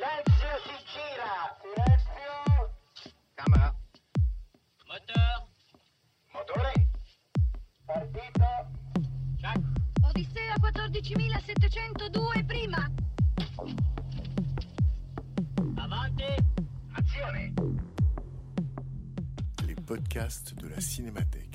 Silenzio, si gira! Silenzio! Camera. Moteur. Motore. Partito. Check. Odissea 14.702 prima. Avanti. Azione. Les podcasts de la Cinémathèque.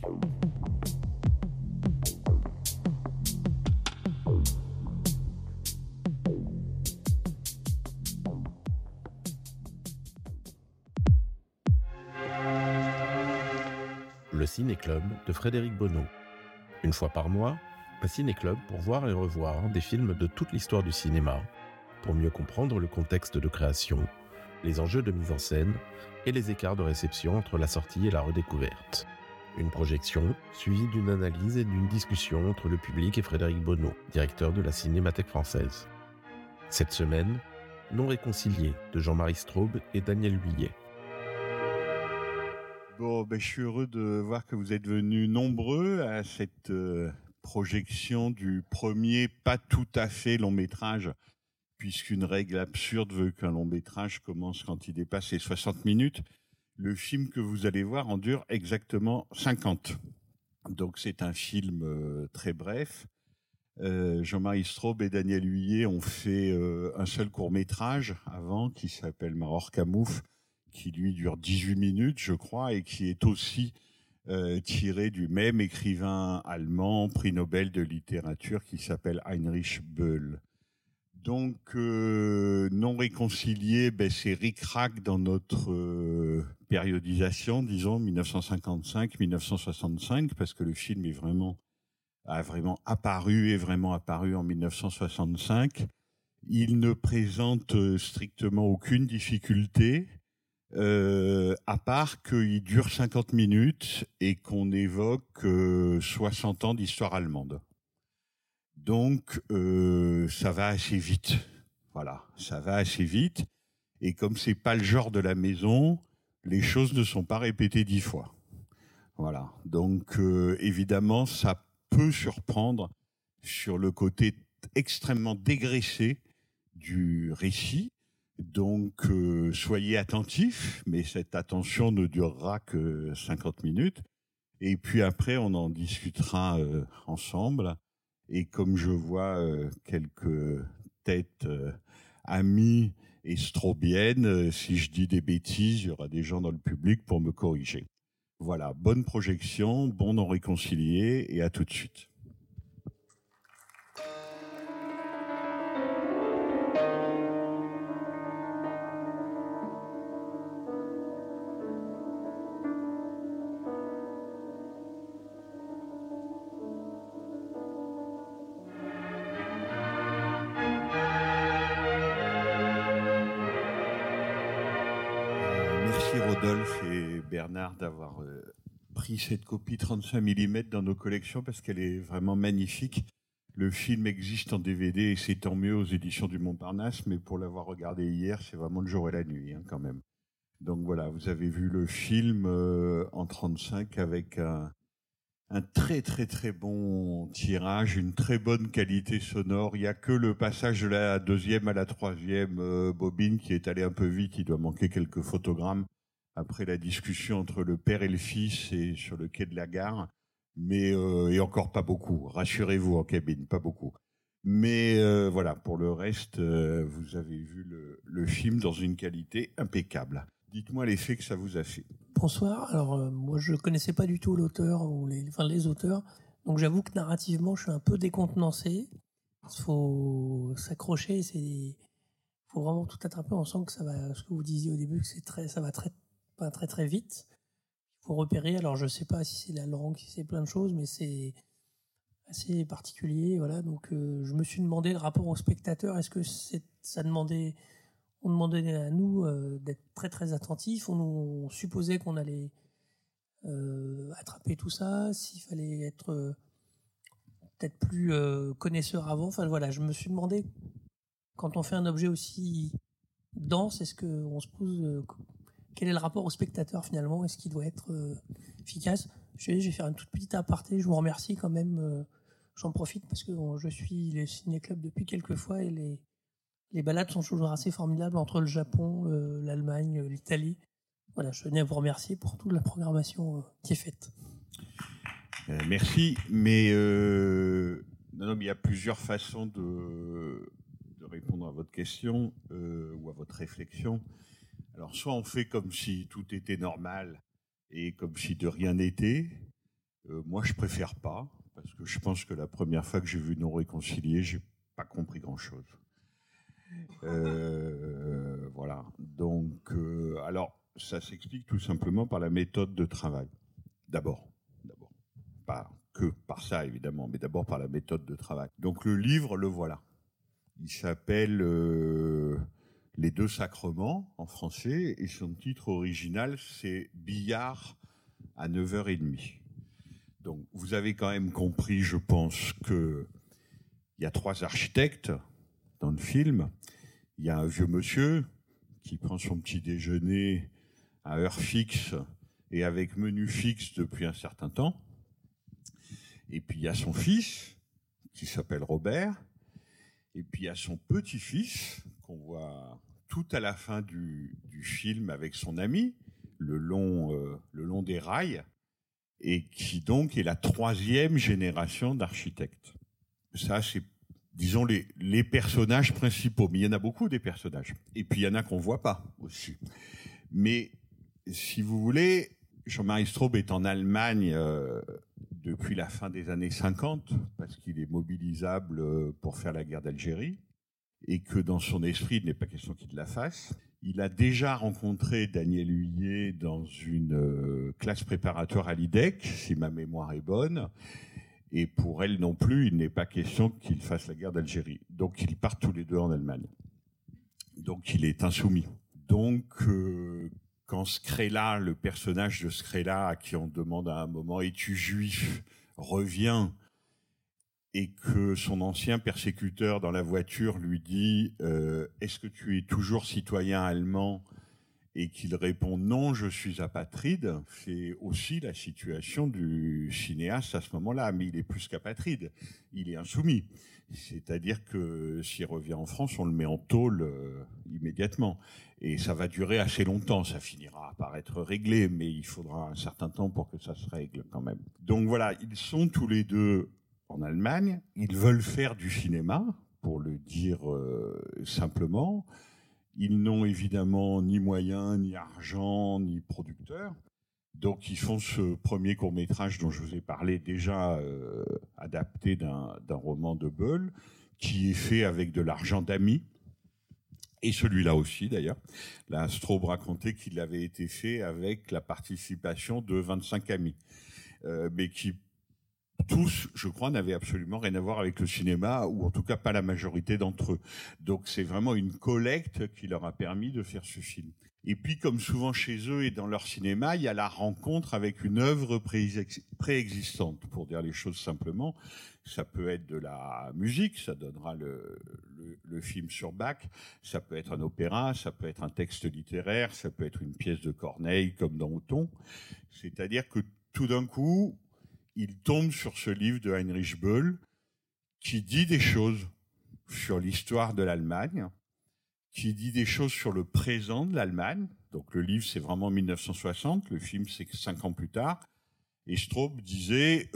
Le Ciné-Club de Frédéric Bonneau. Une fois par mois, un ciné-club pour voir et revoir des films de toute l'histoire du cinéma, pour mieux comprendre le contexte de création, les enjeux de mise en scène et les écarts de réception entre la sortie et la redécouverte. Une projection suivie d'une analyse et d'une discussion entre le public et Frédéric Bonneau, directeur de la Cinémathèque française. Cette semaine, Non réconcilié de Jean-Marie Straub et Daniel Huillet. Bon, je suis heureux de voir que vous êtes venus nombreux à cette projection du premier pas tout à fait long métrage, puisqu'une règle absurde veut qu'un long métrage commence quand il dépasse les 60 minutes. Le film que vous allez voir en dure exactement 50. Donc c'est un film très bref. Jean-Marie Straub et Daniel Huillet ont fait un seul court-métrage avant qui s'appelle Marorcamouf, qui lui dure 18 minutes, je crois, et qui est aussi tiré du même écrivain allemand, prix Nobel de littérature, qui s'appelle Heinrich Böll. Donc, non réconcilié, c'est ric-rac dans notre périodisation, disons, 1955-1965, parce que le film a vraiment apparu en 1965. Il ne présente strictement aucune difficulté, à part qu'il dure 50 minutes et qu'on évoque 60 ans d'histoire allemande. Donc, ça va assez vite. Voilà, ça va assez vite. Et comme c'est pas le genre de la maison, les choses ne sont pas répétées 10 fois. Voilà. Donc, évidemment, ça peut surprendre sur le côté extrêmement dégraissé du récit. Donc, soyez attentifs, mais cette attention ne durera que 50 minutes. Et puis après, on en discutera ensemble. Et comme je vois quelques têtes amies et strobiennes, si je dis des bêtises, il y aura des gens dans le public pour me corriger. Voilà, bonne projection, bon non réconcilié, et à tout de suite. Merci Rodolphe et Bernard d'avoir pris cette copie 35 mm dans nos collections parce qu'elle est vraiment magnifique. Le film existe en DVD et c'est tant mieux aux éditions du Montparnasse, mais pour l'avoir regardé hier, c'est vraiment le jour et la nuit quand même. Donc voilà, vous avez vu le film en 35 avec un très très très bon tirage, une très bonne qualité sonore. Il y a que le passage de la deuxième à la troisième bobine qui est allé un peu vite. Il doit manquer quelques photogrammes après la discussion entre le père et le fils et sur le quai de la gare. Mais et encore pas beaucoup. Rassurez-vous en cabine, pas beaucoup. Mais voilà, pour le reste, vous avez vu le film dans une qualité impeccable. Dites-moi l'effet que ça vous a fait. Bonsoir. Alors moi je connaissais pas du tout l'auteur ou les auteurs, donc j'avoue que narrativement je suis un peu décontenancé. Il faut s'accrocher, faut vraiment tout attraper. On sent que ça va, ce que vous disiez au début, que ça va très très vite. Il faut repérer. Alors je sais pas si c'est la langue, si c'est plein de choses, mais c'est assez particulier. Voilà. Donc je me suis demandé le rapport au spectateur. Est-ce que on demandait à nous d'être très très attentifs. On supposait qu'on allait attraper tout ça, s'il fallait être peut-être plus connaisseur avant. Enfin voilà, je me suis demandé, quand on fait un objet aussi dense, est-ce qu'on se pose quel est le rapport au spectateur finalement? Est-ce qu'il doit être efficace? Je vais faire une toute petite aparté. Je vous remercie quand même. J'en profite parce que je suis les ciné-clubs depuis quelques fois et les balades sont toujours assez formidables entre le Japon, l'Allemagne, l'Italie. Voilà, je tenais à vous remercier pour toute la programmation qui est faite. Merci, mais non, mais il y a plusieurs façons de répondre à votre question ou à votre réflexion. Alors, soit on fait comme si tout était normal et comme si de rien n'était. Moi, je préfère pas, parce que je pense que la première fois que j'ai vu Non Réconciliés, j'ai pas compris grand-chose. Voilà. Donc, alors, ça s'explique tout simplement par la méthode de travail. D'abord. Pas que par ça, évidemment, mais d'abord par la méthode de travail. Donc, le livre, le voilà. Il s'appelle Les deux sacrements en français, et son titre original, c'est Billard à 9h30. Donc, vous avez quand même compris, je pense, qu'il y a 3 architectes dans le film. Il y a un vieux monsieur qui prend son petit déjeuner à heure fixe et avec menu fixe depuis un certain temps. Et puis, il y a son fils, qui s'appelle Robert. Et puis, il y a son petit-fils, qu'on voit tout à la fin du film avec son ami, le long des rails, et qui donc est la 3e génération d'architectes. Ça, c'est, disons, les personnages principaux. Mais il y en a beaucoup des personnages. Et puis, il y en a qu'on ne voit pas aussi. Mais, si vous voulez, Jean-Marie Straub est en Allemagne depuis la fin des années 50, parce qu'il est mobilisable pour faire la guerre d'Algérie, et que dans son esprit, il n'est pas question qu'il la fasse. Il a déjà rencontré Daniel Huillet dans une classe préparatoire à l'IDEC, si ma mémoire est bonne, et pour elle non plus, il n'est pas question qu'il fasse la guerre d'Algérie. Donc ils partent tous les deux en Allemagne. Donc il est insoumis. Donc quand Scrella, le personnage de Scrella, à qui on demande à un moment « Es-tu juif ?», revient et que son ancien persécuteur dans la voiture lui dit « Est-ce que tu es toujours citoyen allemand ?» et qu'il répond « Non, je suis apatride », c'est aussi la situation du cinéaste à ce moment-là, mais il est plus qu'apatride, il est insoumis. C'est-à-dire que s'il revient en France, on le met en tôle immédiatement. Et ça va durer assez longtemps, ça finira par être réglé, mais il faudra un certain temps pour que ça se règle quand même. Donc voilà, ils sont tous les deux en Allemagne, ils veulent faire du cinéma, pour le dire simplement. Ils n'ont évidemment ni moyens, ni argent, ni producteur. Donc ils font ce premier court-métrage dont je vous ai parlé, déjà adapté d'un roman de Böll, qui est fait avec de l'argent d'amis, et celui-là aussi d'ailleurs. Là, Straub racontait qu'il avait été fait avec la participation de 25 amis, mais qui tous, je crois, n'avaient absolument rien à voir avec le cinéma, ou en tout cas pas la majorité d'entre eux. Donc c'est vraiment une collecte qui leur a permis de faire ce film. Et puis, comme souvent chez eux et dans leur cinéma, il y a la rencontre avec une œuvre préexistante, pour dire les choses simplement. Ça peut être de la musique, ça donnera le film sur Bach, ça peut être un opéra, ça peut être un texte littéraire, ça peut être une pièce de Corneille, comme dans Othon. C'est-à-dire que tout d'un coup, il tombe sur ce livre de Heinrich Böll qui dit des choses sur l'histoire de l'Allemagne, qui dit des choses sur le présent de l'Allemagne. Donc le livre, c'est vraiment 1960, le film, c'est 5 ans plus tard. Et Straub disait,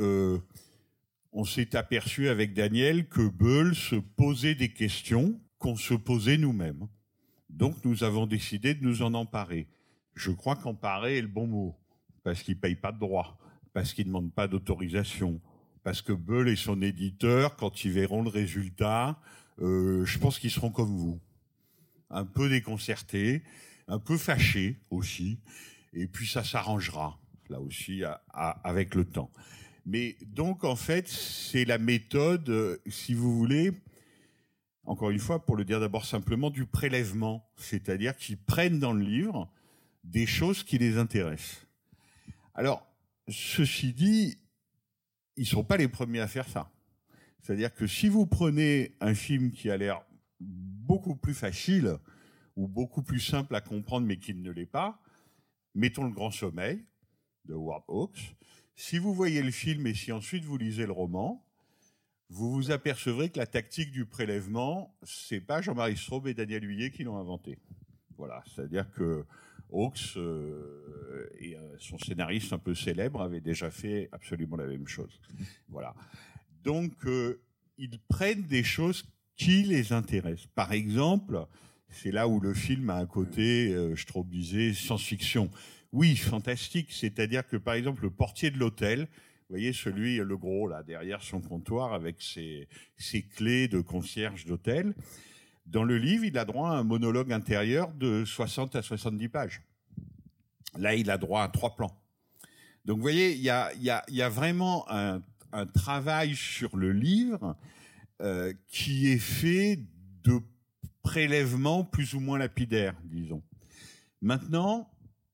on s'est aperçu avec Daniel que Böll se posait des questions qu'on se posait nous-mêmes. Donc nous avons décidé de nous en emparer. Je crois qu'emparer est le bon mot, parce qu'il ne paye pas de droit, parce qu'il ne demande pas d'autorisation, parce que Böll et son éditeur, quand ils verront le résultat, je pense qu'ils seront comme vous. Un peu déconcertés, un peu fâchés aussi, et puis ça s'arrangera, là aussi, avec le temps. Mais donc, en fait, c'est la méthode, si vous voulez, encore une fois, pour le dire d'abord simplement, du prélèvement, c'est-à-dire qu'ils prennent dans le livre des choses qui les intéressent. Alors, ceci dit, ils ne sont pas les premiers à faire ça. C'est-à-dire que si vous prenez un film qui a l'air beaucoup plus facile ou beaucoup plus simple à comprendre, mais qui ne l'est pas, mettons Le Grand Sommeil de Howard Hawks. Si vous voyez le film et si ensuite vous lisez le roman, vous vous apercevrez que la tactique du prélèvement, c'est pas Jean-Marie Straub et Daniel Huillet qui l'ont inventé. Voilà, c'est-à-dire que Hawks et son scénariste un peu célèbre avaient déjà fait absolument la même chose. Voilà. Donc, ils prennent des choses qui les intéressent. Par exemple, c'est là où le film a un côté, Straub disait, science-fiction. Oui, fantastique. C'est-à-dire que, par exemple, le portier de l'hôtel, vous voyez, celui, le gros, là, derrière son comptoir, avec ses clés de concierge d'hôtel, dans le livre, il a droit à un monologue intérieur de 60 à 70 pages. Là, il a droit à 3 plans. Donc, vous voyez, il y a vraiment un travail sur le livre qui est fait de prélèvements plus ou moins lapidaires, disons. Maintenant,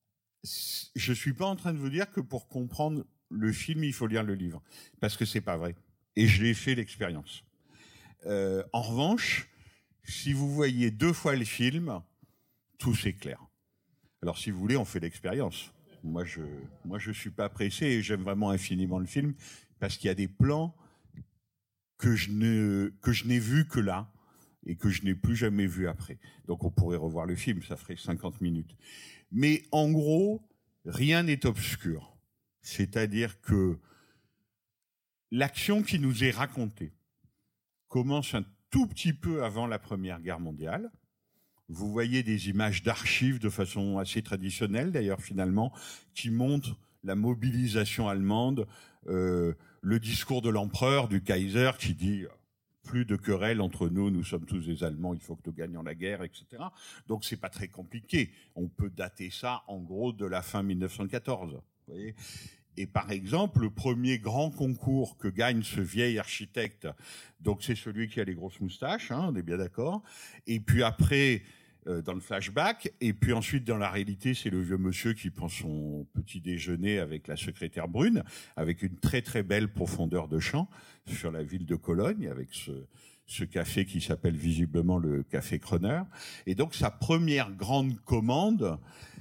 je suis pas en train de vous dire que pour comprendre le film, il faut lire le livre, parce que c'est pas vrai. Et je l'ai fait l'expérience. En revanche, si vous voyez 2 fois le film, tout s'éclaire. Alors, si vous voulez, on fait l'expérience. Moi, je suis pas pressé et j'aime vraiment infiniment le film parce qu'il y a des plans que je n'ai vus que là et que je n'ai plus jamais vus après. Donc, on pourrait revoir le film, ça ferait 50 minutes. Mais en gros, rien n'est obscur. C'est-à-dire que l'action qui nous est racontée commence un tout petit peu avant la Première Guerre mondiale. Vous voyez des images d'archives de façon assez traditionnelle, d'ailleurs, finalement, qui montrent la mobilisation allemande, le discours de l'empereur, du Kaiser, qui dit « plus de querelles entre nous, nous sommes tous des Allemands, il faut que nous gagnions la guerre, etc. » Donc, c'est pas très compliqué. On peut dater ça, en gros, de la fin 1914. Vous voyez ? Et par exemple, le premier grand concours que gagne ce vieil architecte, donc c'est celui qui a les grosses moustaches, hein, on est bien d'accord. Et puis après, dans le flashback, et puis ensuite dans la réalité, c'est le vieux monsieur qui prend son petit déjeuner avec la secrétaire brune, avec une très très belle profondeur de champ sur la ville de Cologne, avec ce café qui s'appelle visiblement le Café Croner. Et donc sa première grande commande,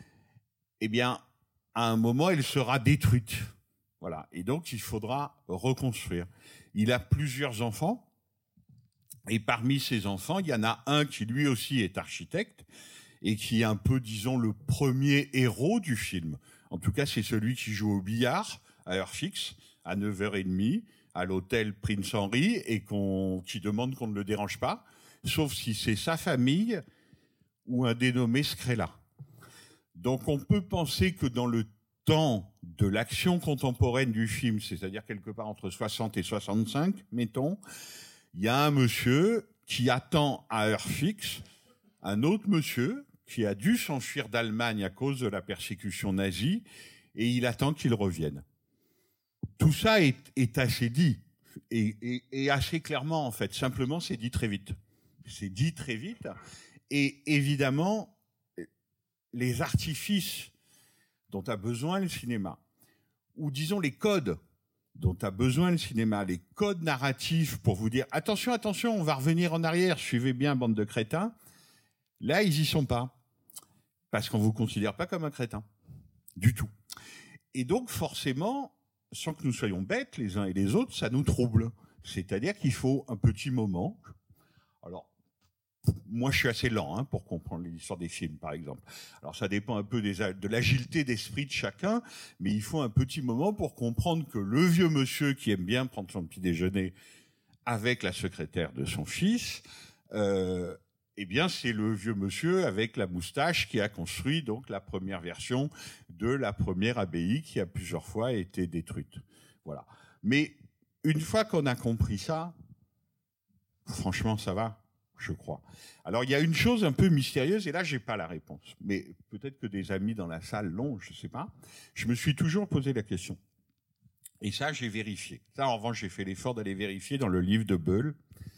eh bien, à un moment, elle sera détruite. Voilà. Et donc, il faudra reconstruire. Il a plusieurs enfants. Et parmi ces enfants, il y en a un qui lui aussi est architecte et qui est un peu, disons, le premier héros du film. En tout cas, c'est celui qui joue au billard à heure fixe, à 9h30, à l'hôtel Prince Henry et qui demande qu'on ne le dérange pas, sauf si c'est sa famille ou un dénommé Scrella. Donc on peut penser que dans le temps de l'action contemporaine du film, c'est-à-dire quelque part entre 60 et 65, mettons, il y a un monsieur qui attend à heure fixe un autre monsieur qui a dû s'enfuir d'Allemagne à cause de la persécution nazie et il attend qu'il revienne. Tout ça est assez dit et assez clairement en fait. Simplement, c'est dit très vite. C'est dit très vite et évidemment, les artifices dont a besoin le cinéma, ou disons les codes dont a besoin le cinéma, les codes narratifs pour vous dire attention, attention, on va revenir en arrière, suivez bien, bande de crétins. Là, ils y sont pas, parce qu'on vous considère pas comme un crétin, du tout. Et donc, forcément, sans que nous soyons bêtes les uns et les autres, ça nous trouble. C'est-à-dire qu'il faut un petit moment. Alors, moi, je suis assez lent pour comprendre l'histoire des films, par exemple. Alors, ça dépend un peu de l'agilité d'esprit de chacun, mais il faut un petit moment pour comprendre que le vieux monsieur qui aime bien prendre son petit déjeuner avec la secrétaire de son fils, eh bien, c'est le vieux monsieur avec la moustache qui a construit donc la première version de la première abbaye qui a plusieurs fois été détruite. Voilà. Mais une fois qu'on a compris ça, franchement, ça va. Je crois. Alors, il y a une chose un peu mystérieuse, et là, j'ai pas la réponse. Mais peut-être que des amis dans la salle l'ont, je sais pas. Je me suis toujours posé la question. Et ça, j'ai vérifié. Ça, en revanche, j'ai fait l'effort d'aller vérifier dans le livre de Beul.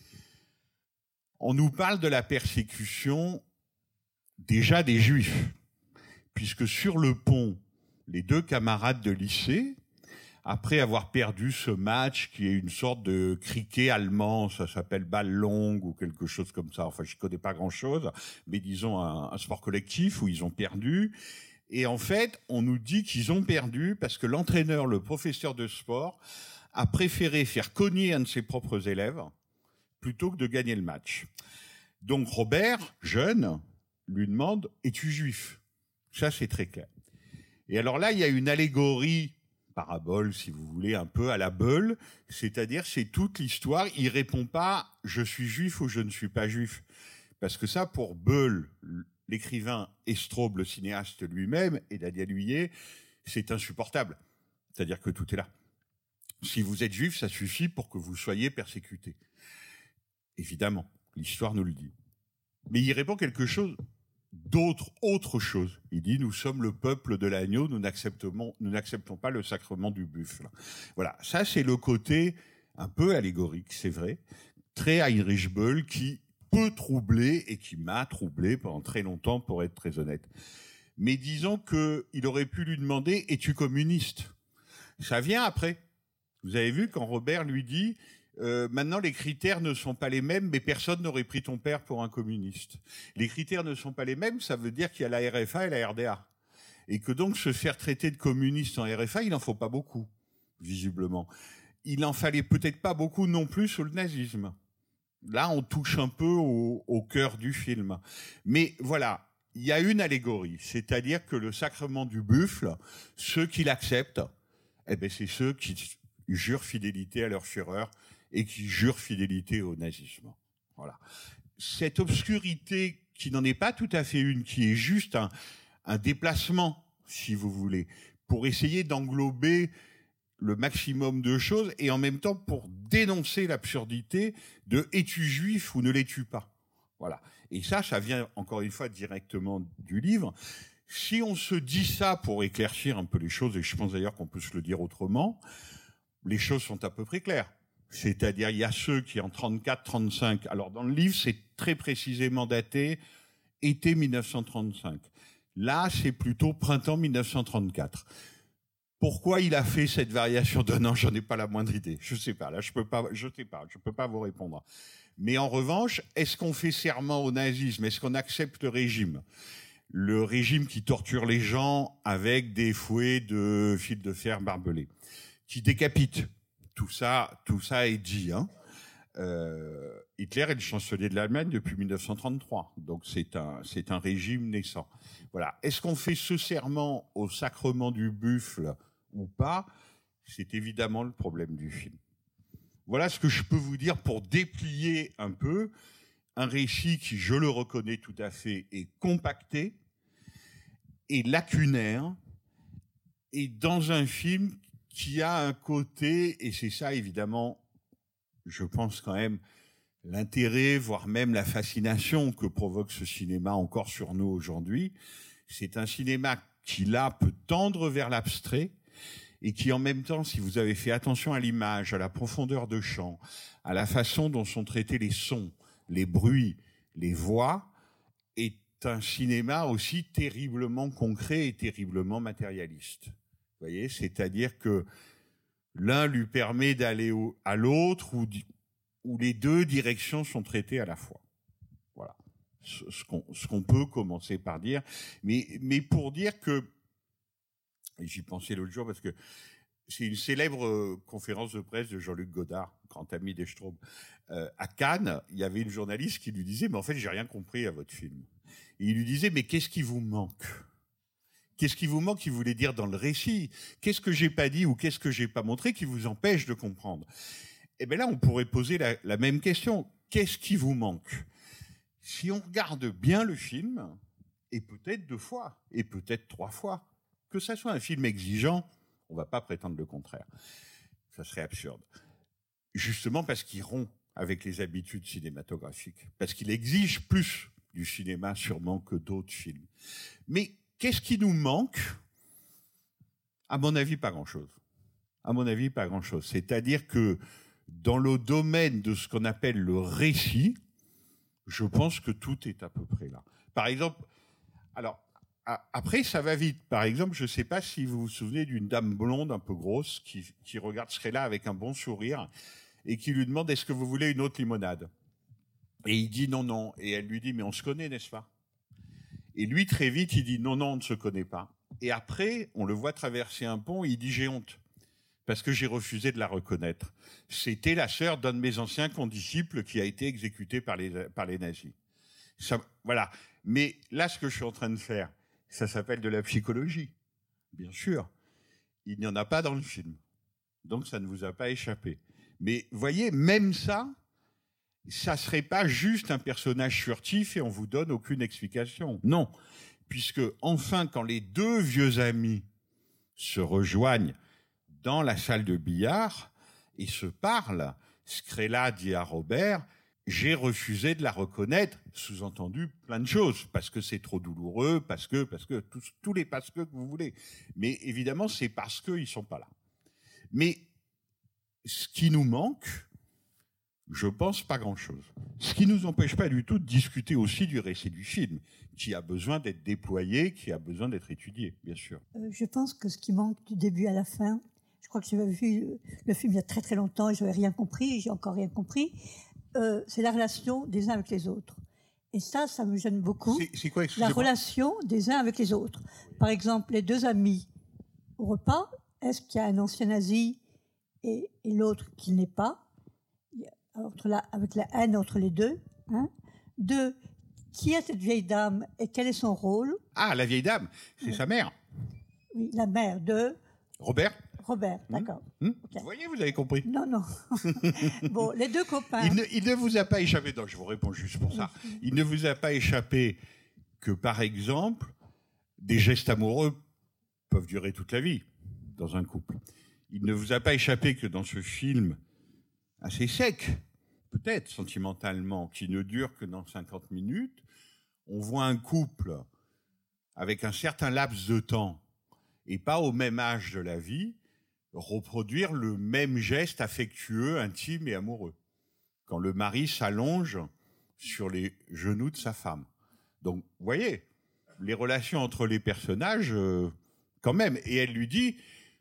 On nous parle de la persécution déjà des Juifs. Puisque sur le pont, les 2 camarades de lycée, après avoir perdu ce match qui est une sorte de cricket allemand, ça s'appelle balle longue ou quelque chose comme ça. Enfin, je connais pas grand-chose, mais disons un sport collectif où ils ont perdu. Et en fait, on nous dit qu'ils ont perdu parce que l'entraîneur, le professeur de sport, a préféré faire cogner un de ses propres élèves plutôt que de gagner le match. Donc Robert, jeune, lui demande « Es-tu juif ?» Ça, c'est très clair. Et alors là, il y a une allégorie, parabole, si vous voulez, un peu à la Beule, c'est-à-dire c'est toute l'histoire. Il répond pas « Je suis juif » ou « Je ne suis pas juif ». Parce que ça, pour Beule, l'écrivain, et Straub, le cinéaste lui-même, et Daniel Huillet, c'est insupportable. C'est-à-dire que tout est là. Si vous êtes juif, ça suffit pour que vous soyez persécuté. Évidemment, l'histoire nous le dit. Mais il répond quelque chose autre chose. Il dit, nous sommes le peuple de l'agneau, nous n'acceptons pas le sacrement du buffle. Voilà, ça c'est le côté un peu allégorique, c'est vrai, très Heinrich Böll, qui peut troubler et qui m'a troublé pendant très longtemps, pour être très honnête. Mais disons qu'il aurait pu lui demander, es-tu communiste ? Ça vient après. Vous avez vu quand Robert lui dit, maintenant les critères ne sont pas les mêmes, mais personne n'aurait pris ton père pour un communiste. Les critères ne sont pas les mêmes, ça veut dire qu'il y a la RFA et la RDA. Et que donc se faire traiter de communiste en RFA, il n'en faut pas beaucoup, visiblement. Il n'en fallait peut-être pas beaucoup non plus sous le nazisme. Là, on touche un peu au cœur du film. Mais voilà, il y a une allégorie, c'est-à-dire que le sacrement du buffle, ceux qui l'acceptent, eh ben c'est ceux qui jurent fidélité à leur Führer et qui jurent fidélité au nazisme. Voilà. Cette obscurité qui n'en est pas tout à fait une, qui est juste un déplacement, si vous voulez, pour essayer d'englober le maximum de choses et en même temps pour dénoncer l'absurdité de « es-tu juif ou ne l'es-tu pas ?» Voilà. Et ça vient encore une fois directement du livre. Si on se dit ça pour éclaircir un peu les choses, et je pense d'ailleurs qu'on peut se le dire autrement, les choses sont à peu près claires. C'est-à-dire, il y a ceux qui en 34-35, alors dans le livre, c'est très précisément daté été 1935. Là, c'est plutôt printemps 1934. Pourquoi il a fait cette variation d'un an, j'en ai pas la moindre idée. Je sais pas, là, je peux pas vous répondre. Mais en revanche, est-ce qu'on fait serment au nazisme? Est-ce qu'on accepte le régime? Le régime qui torture les gens avec des fouets de fil de fer barbelés, qui décapite. Tout ça est dit, hein. Hitler est le chancelier de l'Allemagne depuis 1933, donc c'est un régime naissant. Voilà. Est-ce qu'on fait ce serment au sacrement du buffle ou pas? C'est évidemment le problème du film. Voilà ce que je peux vous dire pour déplier un peu un récit qui, je le reconnais tout à fait, est compacté et lacunaire, et dans un film qui a un côté, et c'est ça évidemment, je pense quand même, l'intérêt, voire même la fascination que provoque ce cinéma encore sur nous aujourd'hui. C'est un cinéma qui, là, peut tendre vers l'abstrait et qui, en même temps, si vous avez fait attention à l'image, à la profondeur de champ, à la façon dont sont traités les sons, les bruits, les voix, est un cinéma aussi terriblement concret et terriblement matérialiste. Vous voyez, c'est-à-dire que l'un lui permet d'aller à l'autre où les deux directions sont traitées à la fois. Voilà ce qu'on peut commencer par dire. Mais pour dire que, et j'y pensais l'autre jour parce que c'est une célèbre conférence de presse de Jean-Luc Godard, grand ami d'Estraub. À Cannes, il y avait une journaliste qui lui disait « Mais en fait, j'ai rien compris à votre film. » Et il lui disait « Mais qu'est-ce qui vous manque ? Qu'est-ce qui vous manque, qui voulait dire dans le récit? Qu'est-ce que j'ai pas dit ou qu'est-ce que j'ai pas montré qui vous empêche de comprendre ?» Eh bien là, on pourrait poser la même question. Qu'est-ce qui vous manque? Si on regarde bien le film, et peut-être 2 fois, et peut-être 3 fois, que ça soit un film exigeant, on ne va pas prétendre le contraire. Ça serait absurde. Justement parce qu'il rompt avec les habitudes cinématographiques, parce qu'il exige plus du cinéma sûrement que d'autres films. Mais qu'est-ce qui nous manque? À mon avis, pas grand-chose. À mon avis, pas grand-chose. C'est-à-dire que dans le domaine de ce qu'on appelle le récit, je pense que tout est à peu près là. Par exemple, alors, après, ça va vite. Par exemple, je ne sais pas si vous vous souvenez d'une dame blonde un peu grosse qui regarde Srela avec un bon sourire et qui lui demande « Est-ce que vous voulez une autre limonade ?» Et il dit « Non, non ». Et elle lui dit « Mais on se connaît, n'est-ce pas ?» Et lui, très vite, il dit « Non, non, on ne se connaît pas ». Et après, on le voit traverser un pont et il dit « J'ai honte ». parce que j'ai refusé de la reconnaître. C'était la sœur d'un de mes anciens condisciples qui a été exécuté par les nazis. Ça, voilà. Mais là, ce que je suis en train de faire, ça s'appelle de la psychologie. Bien sûr. Il n'y en a pas dans le film. Donc, ça ne vous a pas échappé. Mais voyez, même ça serait pas juste un personnage furtif et on vous donne aucune explication. Non. Puisque, enfin, quand les deux vieux amis se rejoignent dans la salle de billard et se parlent, Scrella dit à Robert, j'ai refusé de la reconnaître, sous-entendu plein de choses, parce que c'est trop douloureux, parce que, tous les parce que vous voulez. Mais évidemment, c'est parce qu'ils sont pas là. Mais ce qui nous manque, je pense pas grand-chose. Ce qui nous empêche pas du tout de discuter aussi du récit du film, qui a besoin d'être déployé, qui a besoin d'être étudié, bien sûr. Je pense que ce qui manque du début à la fin, je crois que j'avais vu le film il y a très très longtemps et je n'avais rien compris, et j'ai encore rien compris, c'est la relation des uns avec les autres. Et ça me gêne beaucoup. C'est quoi, la relation des uns avec les autres. Par exemple, les deux amis au repas, est-ce qu'il y a un ancien nazi et l'autre qui n'est pas, avec la haine entre les deux, hein. Deux, qui est cette vieille dame et quel est son rôle? Ah, la vieille dame, c'est sa mère. Oui, la mère de... Robert, d'accord. Okay. Okay. Vous voyez, vous avez compris. Non. Bon, les deux copains... Il ne vous a pas échappé, non, je vous réponds juste pour ça. Il ne vous a pas échappé que, par exemple, des gestes amoureux peuvent durer toute la vie dans un couple. Il ne vous a pas échappé que dans ce film assez sec, peut-être sentimentalement, qui ne dure que dans 50 minutes, on voit un couple avec un certain laps de temps et pas au même âge de la vie reproduire le même geste affectueux, intime et amoureux quand le mari s'allonge sur les genoux de sa femme. Donc, vous voyez, les relations entre les personnages, quand même. Et elle lui dit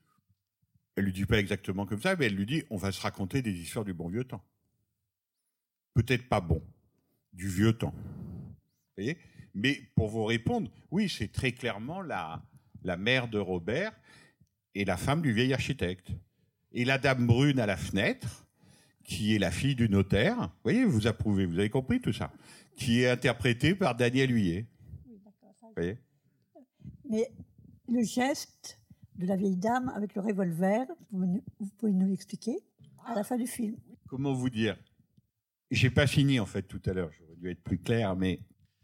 pas exactement comme ça, mais elle lui dit, on va se raconter des histoires du bon vieux temps. Peut-être pas bon, du vieux temps. Vous voyez ? Mais pour vous répondre, oui, c'est très clairement la mère de Robert et la femme du vieil architecte. Et la dame brune à la fenêtre, qui est la fille du notaire, vous voyez, vous approuvez, vous avez compris tout ça, qui est interprétée par Daniel Huillet. Oui, d'accord. Vous voyez ? Mais le geste de la vieille dame avec le revolver, vous pouvez nous l'expliquer à la fin du film. Comment vous dire ? J'ai pas fini en fait tout à l'heure, j'aurais dû être plus clair, mais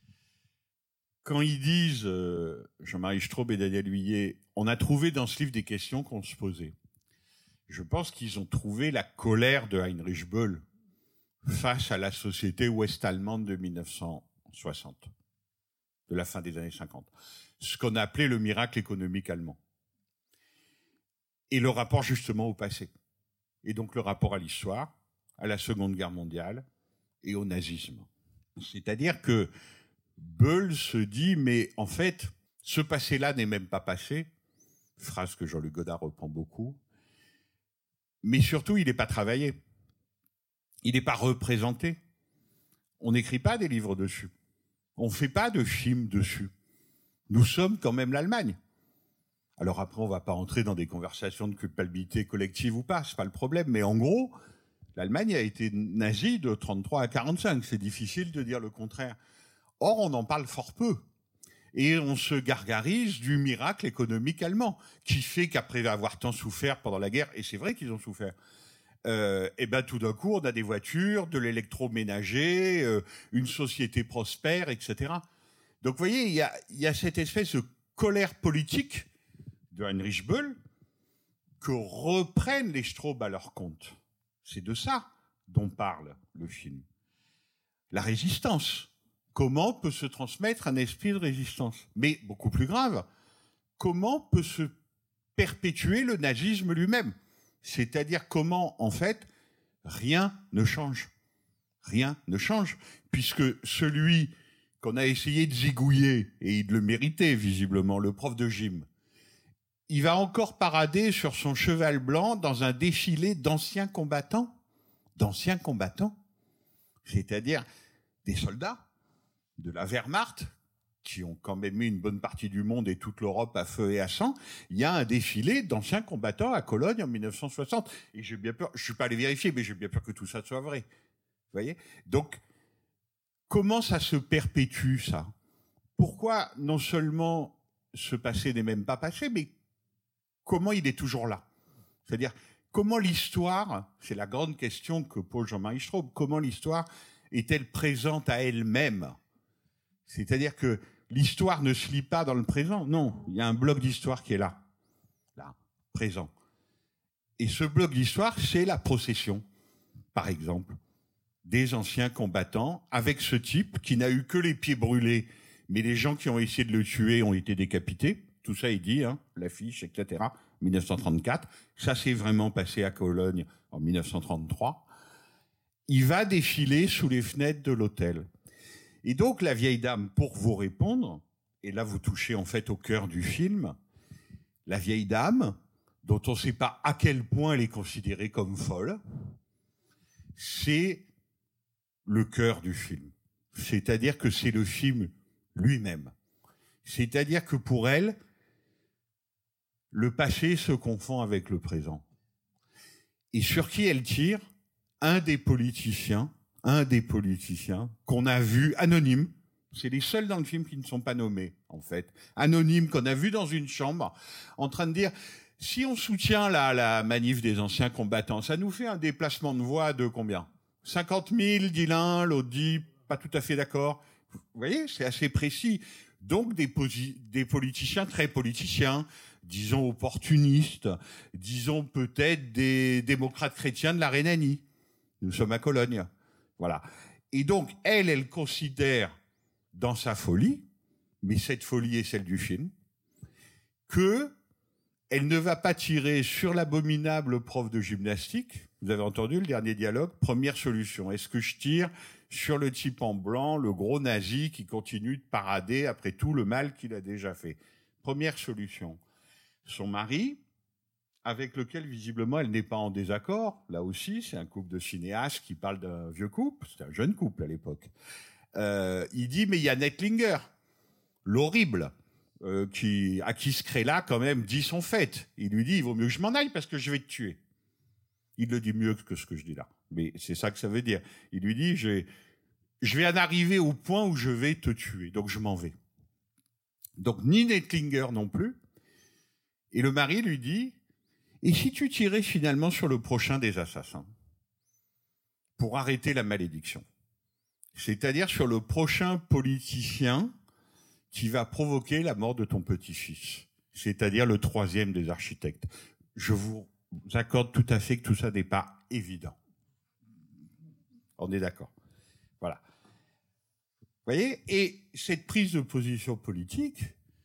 quand ils disent, Jean-Marie Straub et Daniel Huillet, on a trouvé dans ce livre des questions qu'on se posait. Je pense qu'ils ont trouvé la colère de Heinrich Böll face à la société ouest-allemande de 1960, de la fin des années 50. Ce qu'on appelait le miracle économique allemand. Et le rapport justement au passé. Et donc le rapport à l'histoire, à la Seconde Guerre mondiale et au nazisme. C'est-à-dire que Böll se dit, mais en fait, ce passé-là n'est même pas passé, phrase que Jean-Luc Godard reprend beaucoup, mais surtout, il n'est pas travaillé. Il n'est pas représenté. On n'écrit pas des livres dessus. On ne fait pas de films dessus. Nous sommes quand même l'Allemagne. Alors après, on ne va pas entrer dans des conversations de culpabilité collective ou pas, c'est pas le problème, mais en gros, l'Allemagne a été nazie de 1933 à 1945. C'est difficile de dire le contraire. Or, on en parle fort peu. Et on se gargarise du miracle économique allemand, qui fait qu'après avoir tant souffert pendant la guerre, et c'est vrai qu'ils ont souffert, et ben tout d'un coup, on a des voitures, de l'électroménager, une société prospère, etc. Donc, vous voyez, il y a cette espèce de colère politique de Heinrich Böll que reprennent les Straub à leur compte. C'est de ça dont parle le film. La résistance. Comment peut se transmettre un esprit de résistance ? Mais beaucoup plus grave, comment peut se perpétuer le nazisme lui-même ? C'est-à-dire comment, en fait, rien ne change. Rien ne change, puisque celui qu'on a essayé de zigouiller, et il le méritait visiblement, le prof de gym, il va encore parader sur son cheval blanc dans un défilé d'anciens combattants, c'est-à-dire des soldats de la Wehrmacht qui ont quand même mis une bonne partie du monde et toute l'Europe à feu et à sang, il y a un défilé d'anciens combattants à Cologne en 1960. Et j'ai bien peur, je suis pas allé vérifier, mais j'ai bien peur que tout ça soit vrai. Vous voyez ? Donc, comment ça se perpétue, ça ? Pourquoi non seulement ce passé n'est même pas passé, mais comment il est toujours là ? C'est-à-dire, comment l'histoire, c'est la grande question que pose Jean-Marie Straub, comment l'histoire est-elle présente à elle-même ? C'est-à-dire que l'histoire ne se lit pas dans le présent. Non, il y a un bloc d'histoire qui est là, présent. Et ce bloc d'histoire, c'est la procession, par exemple, des anciens combattants avec ce type qui n'a eu que les pieds brûlés, mais les gens qui ont essayé de le tuer ont été décapités. Tout ça est dit, hein, l'affiche, etc. 1934. Ça s'est vraiment passé à Cologne en 1933. Il va défiler sous les fenêtres de l'hôtel. Et donc, la vieille dame, pour vous répondre, et là vous touchez en fait au cœur du film, la vieille dame, dont on ne sait pas à quel point elle est considérée comme folle, c'est le cœur du film. C'est-à-dire que c'est le film lui-même. C'est-à-dire que pour elle, le passé se confond avec le présent. Et sur qui elle tire ? Un des politiciens qu'on a vu anonyme. C'est les seuls dans le film qui ne sont pas nommés, en fait. Anonyme, qu'on a vu dans une chambre, en train de dire, si on soutient la manif des anciens combattants, ça nous fait un déplacement de voix de combien ? 50 000, dit l'un, l'autre dit, pas tout à fait d'accord. Vous voyez, c'est assez précis. Donc, des politiciens très politiciens, disons opportunistes, disons peut-être des démocrates chrétiens de la Rhénanie. Nous sommes à Cologne. Voilà. Et donc, elle considère dans sa folie, mais cette folie est celle du film, que elle ne va pas tirer sur l'abominable prof de gymnastique. Vous avez entendu le dernier dialogue ? Première solution. Est-ce que je tire sur le type en blanc, le gros nazi qui continue de parader après tout le mal qu'il a déjà fait ? Première solution. Son mari, avec lequel visiblement elle n'est pas en désaccord, là aussi, c'est un couple de cinéastes qui parle d'un vieux couple, c'était un jeune couple à l'époque. Il dit, mais il y a Nettlinger, l'horrible, à qui ce crée-là, quand même, dit son fait. Il lui dit, il vaut mieux que je m'en aille parce que je vais te tuer. Il le dit mieux que ce que je dis là. Mais c'est ça que ça veut dire. Il lui dit, je vais en arriver au point où je vais te tuer. Donc je m'en vais. Donc ni Nettlinger non plus. Et le mari lui dit, et si tu tirais finalement sur le prochain des assassins pour arrêter la malédiction ? C'est-à-dire sur le prochain politicien qui va provoquer la mort de ton petit-fils, c'est-à-dire le troisième des architectes. Je vous accorde tout à fait que tout ça n'est pas évident. On est d'accord. Voilà. Vous voyez ? Et cette prise de position politique,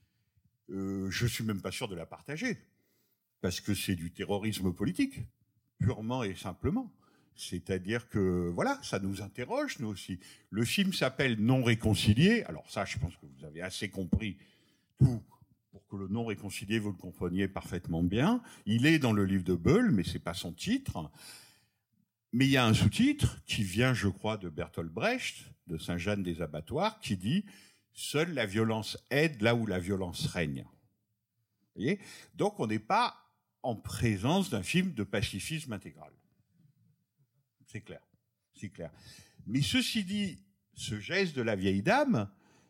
je suis même pas sûr de la partager, parce que c'est du terrorisme politique, purement et simplement. C'est-à-dire que, voilà, ça nous interroge, nous aussi. Le film s'appelle Non réconcilié. Alors ça, je pense que vous avez assez compris tout pour que le non réconcilié, vous le compreniez parfaitement bien. Il est dans le livre de Beul, mais c'est pas son titre. Mais il y a un sous-titre qui vient, je crois, de Bertolt Brecht, de Saint-Jean des Abattoirs, qui dit « Seule la violence aide là où la violence règne ». Vous voyez ? Donc on n'est pas en présence d'un film de pacifisme intégral. C'est clair, c'est clair. Mais ceci dit, ce geste de la vieille dame,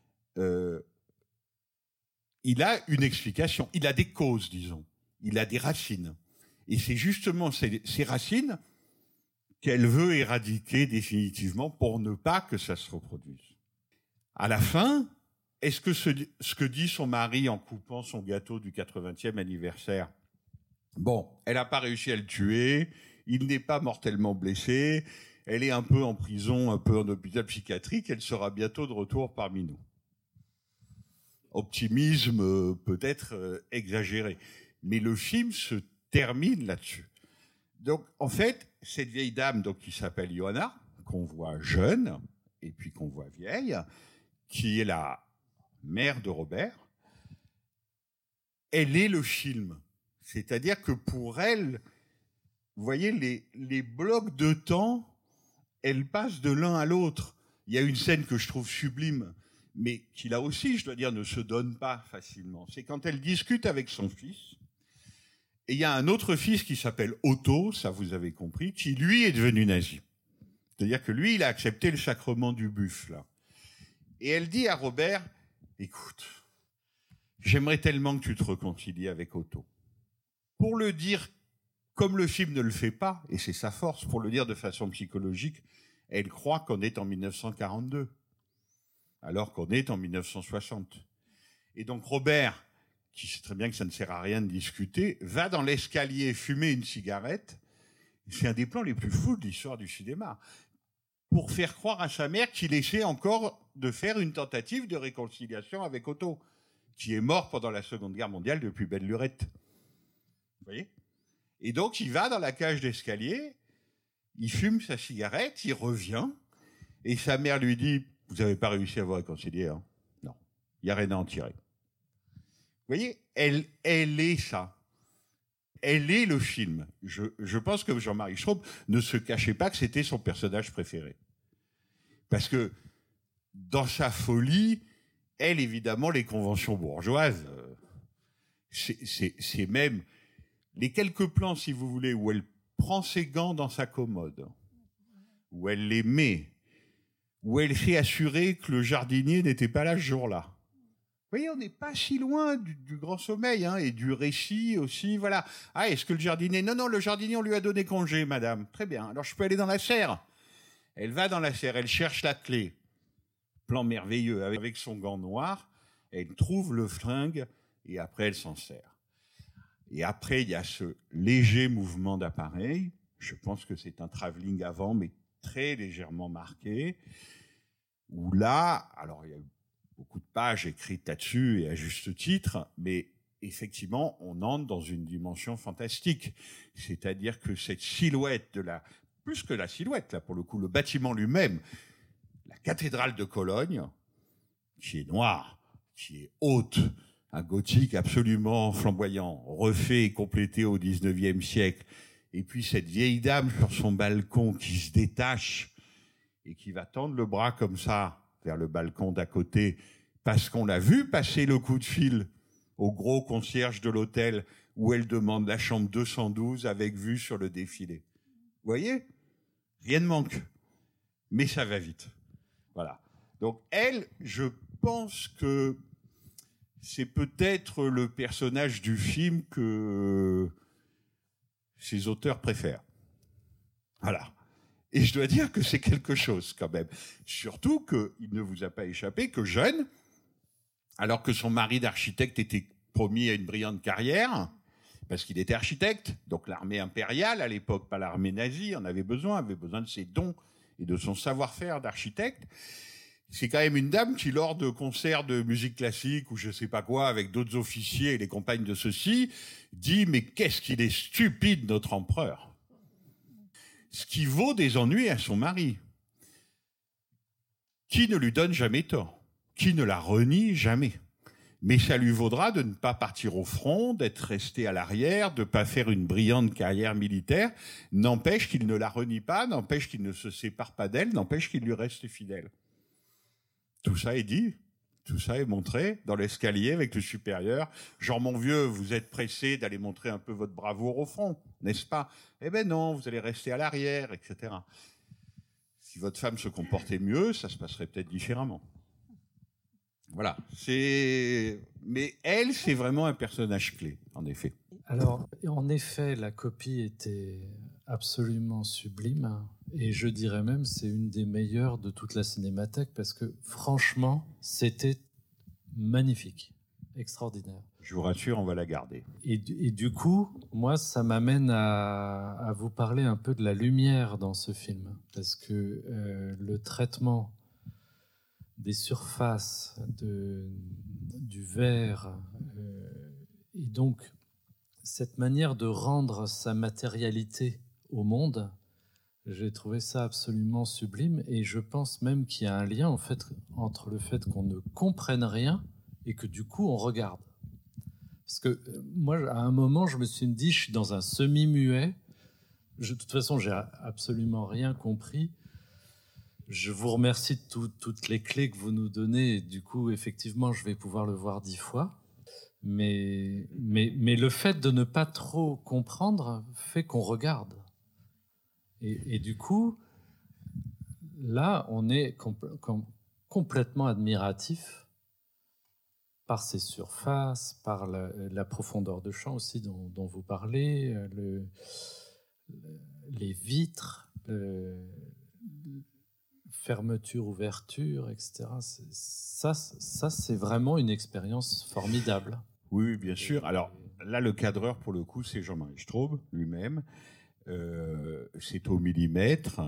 il a une explication, il a des causes, disons, il a des racines. Et c'est justement ces racines qu'elle veut éradiquer définitivement pour ne pas que ça se reproduise. À la fin, est-ce que ce que dit son mari en coupant son gâteau du 80e anniversaire, bon, elle n'a pas réussi à le tuer, il n'est pas mortellement blessé, elle est un peu en prison, un peu en hôpital psychiatrique, elle sera bientôt de retour parmi nous. Optimisme peut-être exagéré. Mais le film se termine là-dessus. Donc, en fait, cette vieille dame donc, qui s'appelle Johanna, qu'on voit jeune, et puis qu'on voit vieille, qui est la mère de Robert, elle est le film. C'est-à-dire que pour elle, vous voyez, les blocs de temps, elles passent de l'un à l'autre. Il y a une scène que je trouve sublime, mais qui là aussi, je dois dire, ne se donne pas facilement. C'est quand elle discute avec son fils, et il y a un autre fils qui s'appelle Otto, ça vous avez compris, qui lui est devenu nazi. C'est-à-dire que lui, il a accepté le sacrement du buffle, là. Et elle dit à Robert, écoute, j'aimerais tellement que tu te réconcilies avec Otto. Pour le dire comme le film ne le fait pas, et c'est sa force, pour le dire de façon psychologique, elle croit qu'on est en 1942, alors qu'on est en 1960. Et donc Robert, qui sait très bien que ça ne sert à rien de discuter, va dans l'escalier fumer une cigarette. C'est un des plans les plus fous de l'histoire du cinéma, pour faire croire à sa mère qu'il essaie encore de faire une tentative de réconciliation avec Otto, qui est mort pendant la Seconde Guerre mondiale depuis belle lurette. Vous voyez ? Et donc, il va dans la cage d'escalier, il fume sa cigarette, il revient, et sa mère lui dit « Vous n'avez pas réussi à vous réconcilier, hein ? Non, il n'y a rien à en tirer. » Vous voyez, elle est ça. Elle est le film. Je pense que Jean-Marie Schraub ne se cachait pas que c'était son personnage préféré. Parce que, dans sa folie, elle, évidemment, les conventions bourgeoises, c'est même les quelques plans, si vous voulez, où elle prend ses gants dans sa commode, où elle les met, où elle s'est assurée que le jardinier n'était pas là ce jour-là. Vous voyez, on n'est pas si loin du grand sommeil, hein, et du récit aussi, voilà. Ah, est-ce que le jardinier... Non, le jardinier, on lui a donné congé, madame. Très bien, alors je peux aller dans la serre. Elle va dans la serre, elle cherche la clé. Plan merveilleux, avec son gant noir, elle trouve le flingue, et après, elle s'en sert. Et après, il y a ce léger mouvement d'appareil. Je pense que c'est un travelling avant, mais très légèrement marqué. Où là, alors il y a beaucoup de pages écrites là-dessus, et à juste titre, mais effectivement, on entre dans une dimension fantastique. C'est-à-dire que cette silhouette plus que la silhouette, là, pour le coup, le bâtiment lui-même, la cathédrale de Cologne, qui est noire, qui est haute, un gothique absolument flamboyant, refait et complété au XIXe siècle, et puis cette vieille dame sur son balcon qui se détache et qui va tendre le bras comme ça vers le balcon d'à côté, parce qu'on l'a vu passer le coup de fil au gros concierge de l'hôtel où elle demande la chambre 212 avec vue sur le défilé. Vous voyez ? Rien ne manque. Mais ça va vite. Voilà. Donc elle, je pense que c'est peut-être le personnage du film que ses auteurs préfèrent. Voilà. Et je dois dire que c'est quelque chose quand même. Surtout qu'il ne vous a pas échappé que jeune, alors que son mari d'architecte était promis à une brillante carrière, parce qu'il était architecte, donc l'armée impériale à l'époque, pas l'armée nazie, avait besoin de ses dons et de son savoir-faire d'architecte. C'est quand même une dame qui, lors de concerts de musique classique ou je sais pas quoi, avec d'autres officiers et les compagnes de ceux-ci, dit « Mais qu'est-ce qu'il est stupide, notre empereur !» Ce qui vaut des ennuis à son mari, qui ne lui donne jamais tort, qui ne la renie jamais. Mais ça lui vaudra de ne pas partir au front, d'être resté à l'arrière, de ne pas faire une brillante carrière militaire. N'empêche qu'il ne la renie pas, n'empêche qu'il ne se sépare pas d'elle, n'empêche qu'il lui reste fidèle. Tout ça est dit, tout ça est montré dans l'escalier avec le supérieur. Genre, mon vieux, vous êtes pressé d'aller montrer un peu votre bravoure au front, n'est-ce pas? Eh ben non, vous allez rester à l'arrière, etc. Si votre femme se comportait mieux, ça se passerait peut-être différemment. Voilà. Mais elle, c'est vraiment un personnage clé, en effet. Alors, en effet, la copie était absolument sublime. Et je dirais même c'est une des meilleures de toute la Cinémathèque parce que, franchement, c'était magnifique, extraordinaire. Je vous rassure, on va la garder. Et du coup, moi, ça m'amène à vous parler un peu de la lumière dans ce film. Parce que le traitement des surfaces, du verre, et donc cette manière de rendre sa matérialité au monde, j'ai trouvé ça absolument sublime. Et je pense même qu'il y a un lien en fait, entre le fait qu'on ne comprenne rien et que du coup on regarde. Parce que moi, à un moment, je me suis dit, je suis dans un semi-muet. De toute façon, j'ai absolument rien compris. Je vous remercie de toutes les clés que vous nous donnez. Et du coup, effectivement, je vais pouvoir le voir 10 fois. Mais le fait de ne pas trop comprendre fait qu'on regarde. Et du coup, là, on est complètement admiratif par ces surfaces, par la profondeur de champ aussi dont vous parlez, les vitres, fermeture, ouverture, etc. Ça, c'est vraiment une expérience formidable. Oui, bien sûr. Alors là, le cadreur, pour le coup, c'est Jean-Marie Straub lui-même. C'est au millimètre.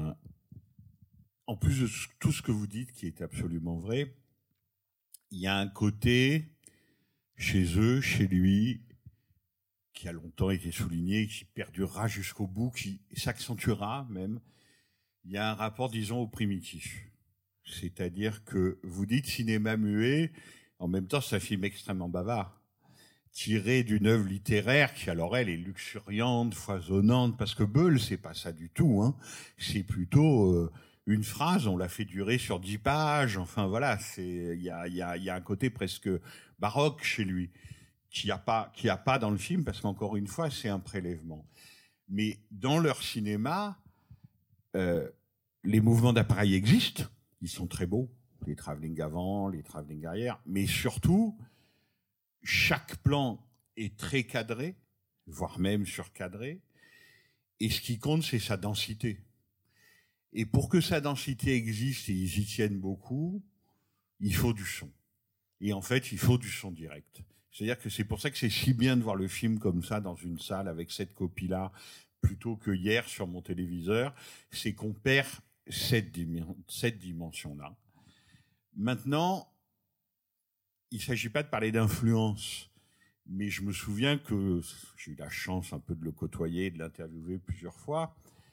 En plus de tout ce que vous dites, qui est absolument vrai, il y a un côté, chez eux, chez lui, qui a longtemps été souligné, qui perdurera jusqu'au bout, qui s'accentuera même. Il y a un rapport, disons, au primitif. C'est-à-dire que vous dites cinéma muet, en même temps, c'est un film extrêmement bavard, tiré d'une œuvre littéraire qui, alors, elle est luxuriante, foisonnante, parce que Beul, c'est pas ça du tout, hein. C'est plutôt une phrase, on l'a fait durer sur 10 pages, enfin voilà, il y a un côté presque baroque chez lui, qui a pas dans le film, parce qu'encore une fois, c'est un prélèvement. Mais dans leur cinéma, les mouvements d'appareil existent, ils sont très beaux, les travelling avant, les travelling arrière, mais surtout, chaque plan est très cadré, voire même surcadré, et ce qui compte, c'est sa densité. Et pour que sa densité existe, et ils y tiennent beaucoup, il faut du son. Et en fait, il faut du son direct. C'est-à-dire que c'est pour ça que c'est si bien de voir le film comme ça, dans une salle, avec cette copie-là, plutôt que hier sur mon téléviseur, c'est qu'on perd cette dimension-là. Maintenant, il ne s'agit pas de parler d'influence, mais je me souviens que j'ai eu la chance un peu de le côtoyer, de l'interviewer plusieurs fois.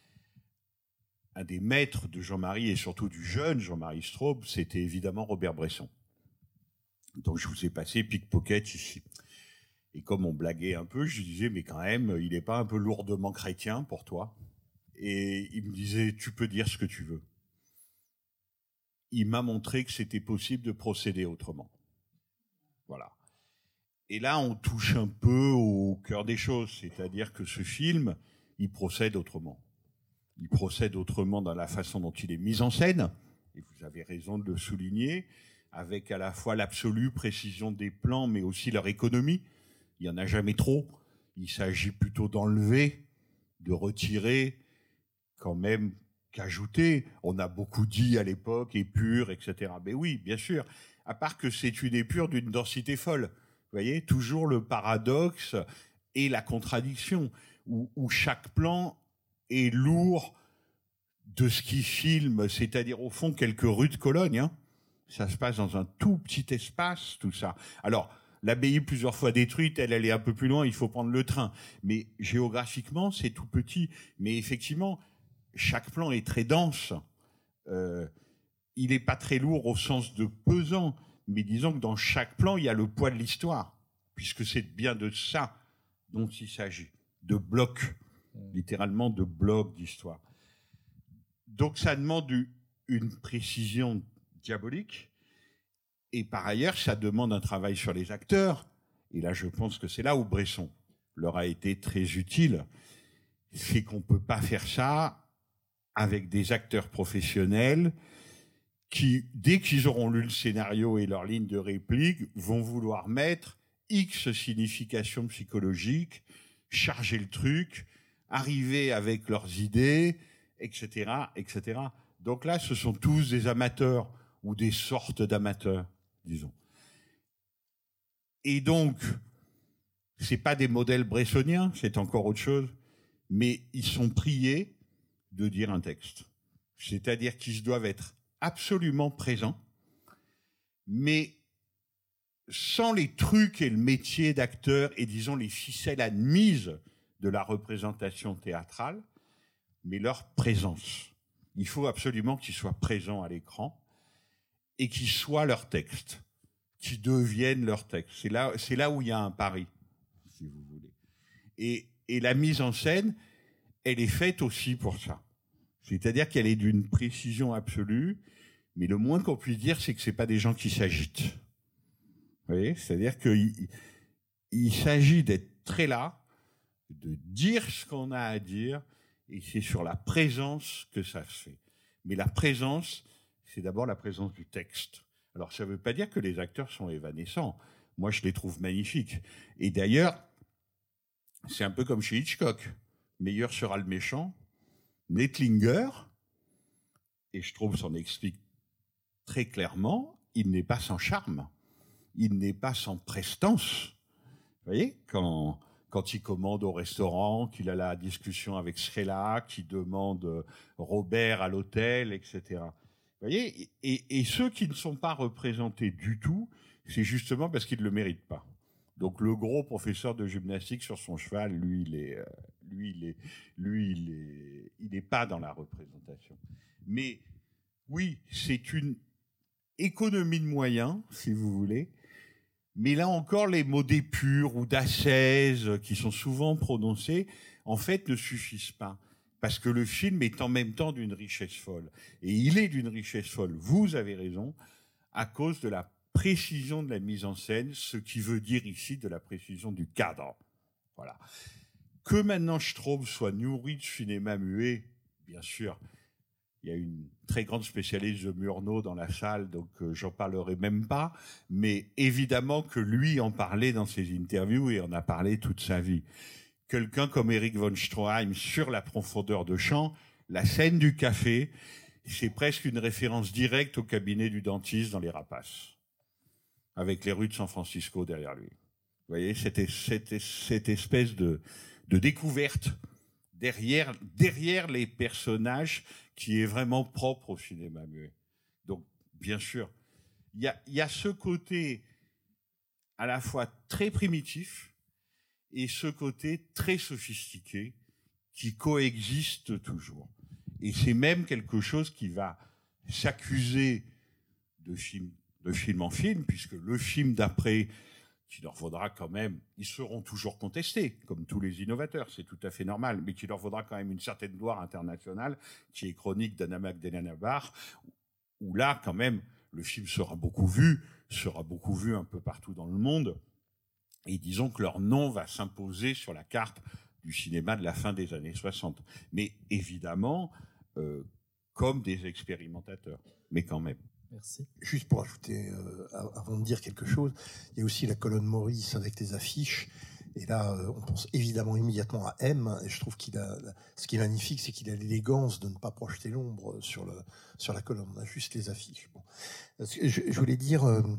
Un des maîtres de Jean-Marie, et surtout du jeune Jean-Marie Straub, c'était évidemment Robert Bresson. Donc je vous ai passé Pickpocket ici. Et comme on blaguait un peu, je lui disais, mais quand même, il n'est pas un peu lourdement chrétien pour toi? Et il me disait, tu peux dire ce que tu veux. Il m'a montré que c'était possible de procéder autrement. Voilà. Et là, on touche un peu au cœur des choses, c'est-à-dire que ce film, il procède autrement. Il procède autrement dans la façon dont il est mis en scène, et vous avez raison de le souligner, avec à la fois l'absolue précision des plans, mais aussi leur économie. Il n'y en a jamais trop. Il s'agit plutôt d'enlever, de retirer, quand même qu'ajouter. On a beaucoup dit à l'époque, épure, etc. Mais oui, bien sûr. À part que c'est une épure d'une densité folle. Vous voyez, toujours le paradoxe et la contradiction, où chaque plan est lourd de ce qu'il filme, c'est-à-dire au fond quelques rues de Cologne. Hein. Ça se passe dans un tout petit espace, tout ça. Alors, l'abbaye plusieurs fois détruite, elle est un peu plus loin, il faut prendre le train. Mais géographiquement, c'est tout petit. Mais effectivement, chaque plan est très dense. Il n'est pas très lourd au sens de pesant, mais disons que dans chaque plan, il y a le poids de l'histoire, puisque c'est bien de ça dont il s'agit, de blocs, littéralement de blocs d'histoire. Donc ça demande une précision diabolique, et par ailleurs, ça demande un travail sur les acteurs, et là je pense que c'est là où Bresson leur a été très utile, c'est qu'on ne peut pas faire ça avec des acteurs professionnels qui, dès qu'ils auront lu le scénario et leur ligne de réplique, vont vouloir mettre X significations psychologiques, charger le truc, arriver avec leurs idées, etc., etc. Donc là, ce sont tous des amateurs, ou des sortes d'amateurs, disons. Et donc, c'est pas des modèles bressoniens, c'est encore autre chose, mais ils sont priés de dire un texte. C'est-à-dire qu'ils doivent être absolument présents, mais sans les trucs et le métier d'acteur et, disons, les ficelles admises de la représentation théâtrale, mais leur présence. Il faut absolument qu'ils soient présents à l'écran et qu'ils soient leur texte, qu'ils deviennent leur texte. C'est là où il y a un pari, si vous voulez. Et la mise en scène, elle est faite aussi pour ça. C'est-à-dire qu'elle est d'une précision absolue, mais le moins qu'on puisse dire, c'est que c'est pas des gens qui s'agitent. Vous voyez, c'est-à-dire qu'il s'agit d'être très là, de dire ce qu'on a à dire, et c'est sur la présence que ça se fait. Mais la présence, c'est d'abord la présence du texte. Alors, ça ne veut pas dire que les acteurs sont évanescents. Moi, je les trouve magnifiques. Et d'ailleurs, c'est un peu comme chez Hitchcock. Meilleur sera le méchant. Nettlinger, et je trouve s'en explique très clairement, il n'est pas sans charme. Il n'est pas sans prestance. Vous voyez, quand il commande au restaurant, qu'il a la discussion avec Schéla, qu'il demande Robert à l'hôtel, etc. Vous voyez, et ceux qui ne sont pas représentés du tout, c'est justement parce qu'ils ne le méritent pas. Donc le gros professeur de gymnastique sur son cheval, lui, il n'est pas dans la représentation. Mais oui, c'est une économie de moyens, si vous voulez. Mais là encore, les mots d'épure ou d'ascèse qui sont souvent prononcés, en fait, ne suffisent pas. Parce que le film est en même temps d'une richesse folle. Et il est d'une richesse folle, vous avez raison, à cause de la précision de la mise en scène, ce qui veut dire ici de la précision du cadre. Voilà. Que maintenant Straub soit nourri de cinéma muet, bien sûr. Il y a une très grande spécialiste de Murnau dans la salle, donc j'en parlerai même pas. Mais évidemment que lui en parlait dans ses interviews et en a parlé toute sa vie. Quelqu'un comme Erich von Stroheim sur la profondeur de champ, la scène du café, c'est presque une référence directe au cabinet du dentiste dans Les Rapaces, avec les rues de San Francisco derrière lui. Vous voyez, cette espèce de découverte derrière les personnages qui est vraiment propre au cinéma muet. Donc, bien sûr, il y a ce côté à la fois très primitif et ce côté très sophistiqué qui coexiste toujours. Et c'est même quelque chose qui va s'accuser de film en film, puisque le film d'après, qui leur vaudra quand même, ils seront toujours contestés, comme tous les innovateurs, c'est tout à fait normal, mais qui leur vaudra quand même une certaine gloire internationale, qui est Chronique d'Anna Magdalena Bach, où là, quand même, le film sera beaucoup vu un peu partout dans le monde, et disons que leur nom va s'imposer sur la carte du cinéma de la fin des années 60. Mais évidemment, comme des expérimentateurs, mais quand même. Merci. Juste pour ajouter, avant de dire quelque chose, il y a aussi la colonne Maurice avec les affiches. Et là, on pense évidemment immédiatement à M. Et je trouve ce qui est magnifique, c'est qu'il a l'élégance de ne pas projeter l'ombre sur la colonne. On a juste les affiches. Bon. Je voulais dire,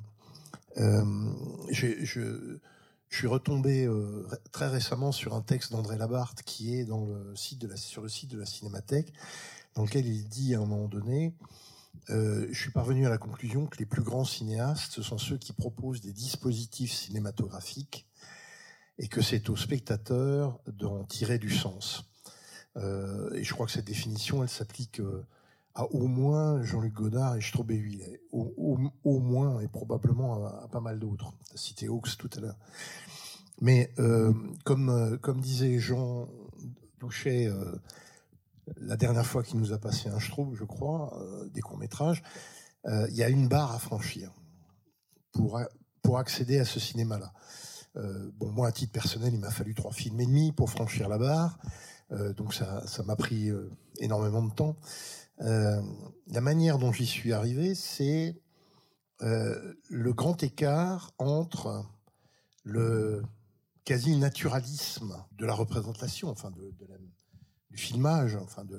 je suis retombé très récemment sur un texte d'André Labarthe qui est sur le site de la Cinémathèque, dans lequel il dit à un moment donné. Je suis parvenu à la conclusion que les plus grands cinéastes, ce sont ceux qui proposent des dispositifs cinématographiques et que c'est au spectateur d'en tirer du sens. Et je crois que cette définition, elle s'applique à au moins Jean-Luc Godard et Straub-Huillet, au moins et probablement à pas mal d'autres. Tu as cité Hawks tout à l'heure. Mais comme disait Jean Douchet, la dernière fois qu'il nous a passé un Straub, je crois, des courts-métrages, il y a une barre à franchir pour accéder à ce cinéma-là. Moi, à titre personnel, il m'a fallu 3 films et demi pour franchir la barre, donc ça m'a pris énormément de temps. La manière dont j'y suis arrivé, c'est le grand écart entre le quasi-naturalisme de la représentation, enfin du filmage, enfin de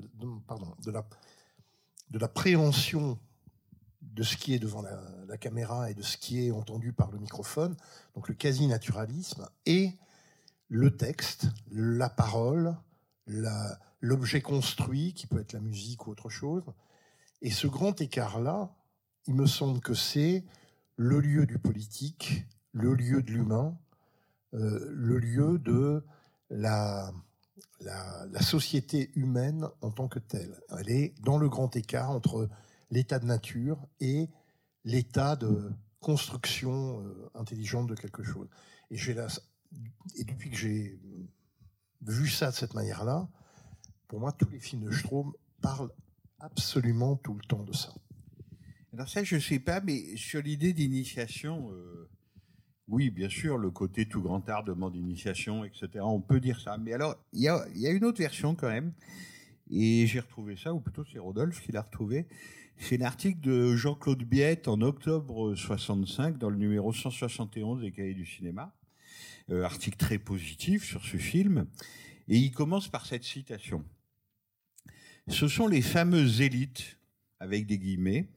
la préhension de ce qui est devant la caméra et de ce qui est entendu par le microphone, donc le quasi-naturalisme, et le texte, la parole, l'objet construit, qui peut être la musique ou autre chose. Et ce grand écart-là, il me semble que c'est le lieu du politique, le lieu de l'humain, le lieu de la société humaine en tant que telle. Elle est dans le grand écart entre l'état de nature et l'état de construction intelligente de quelque chose. Et depuis que j'ai vu ça de cette manière-là, pour moi, tous les films de Straub parle absolument tout le temps de ça. Alors ça, je ne sais pas, mais sur l'idée d'initiation, oui, bien sûr, le côté tout grand art demande initiation, etc. On peut dire ça. Mais alors, il y a une autre version quand même, et j'ai retrouvé ça, ou plutôt c'est Rodolphe qui l'a retrouvé. C'est l'article de Jean-Claude Biette en octobre 65, dans le numéro 171 des Cahiers du cinéma. Article très positif sur ce film. Et il commence par cette citation. « Ce sont les fameuses élites, avec des guillemets,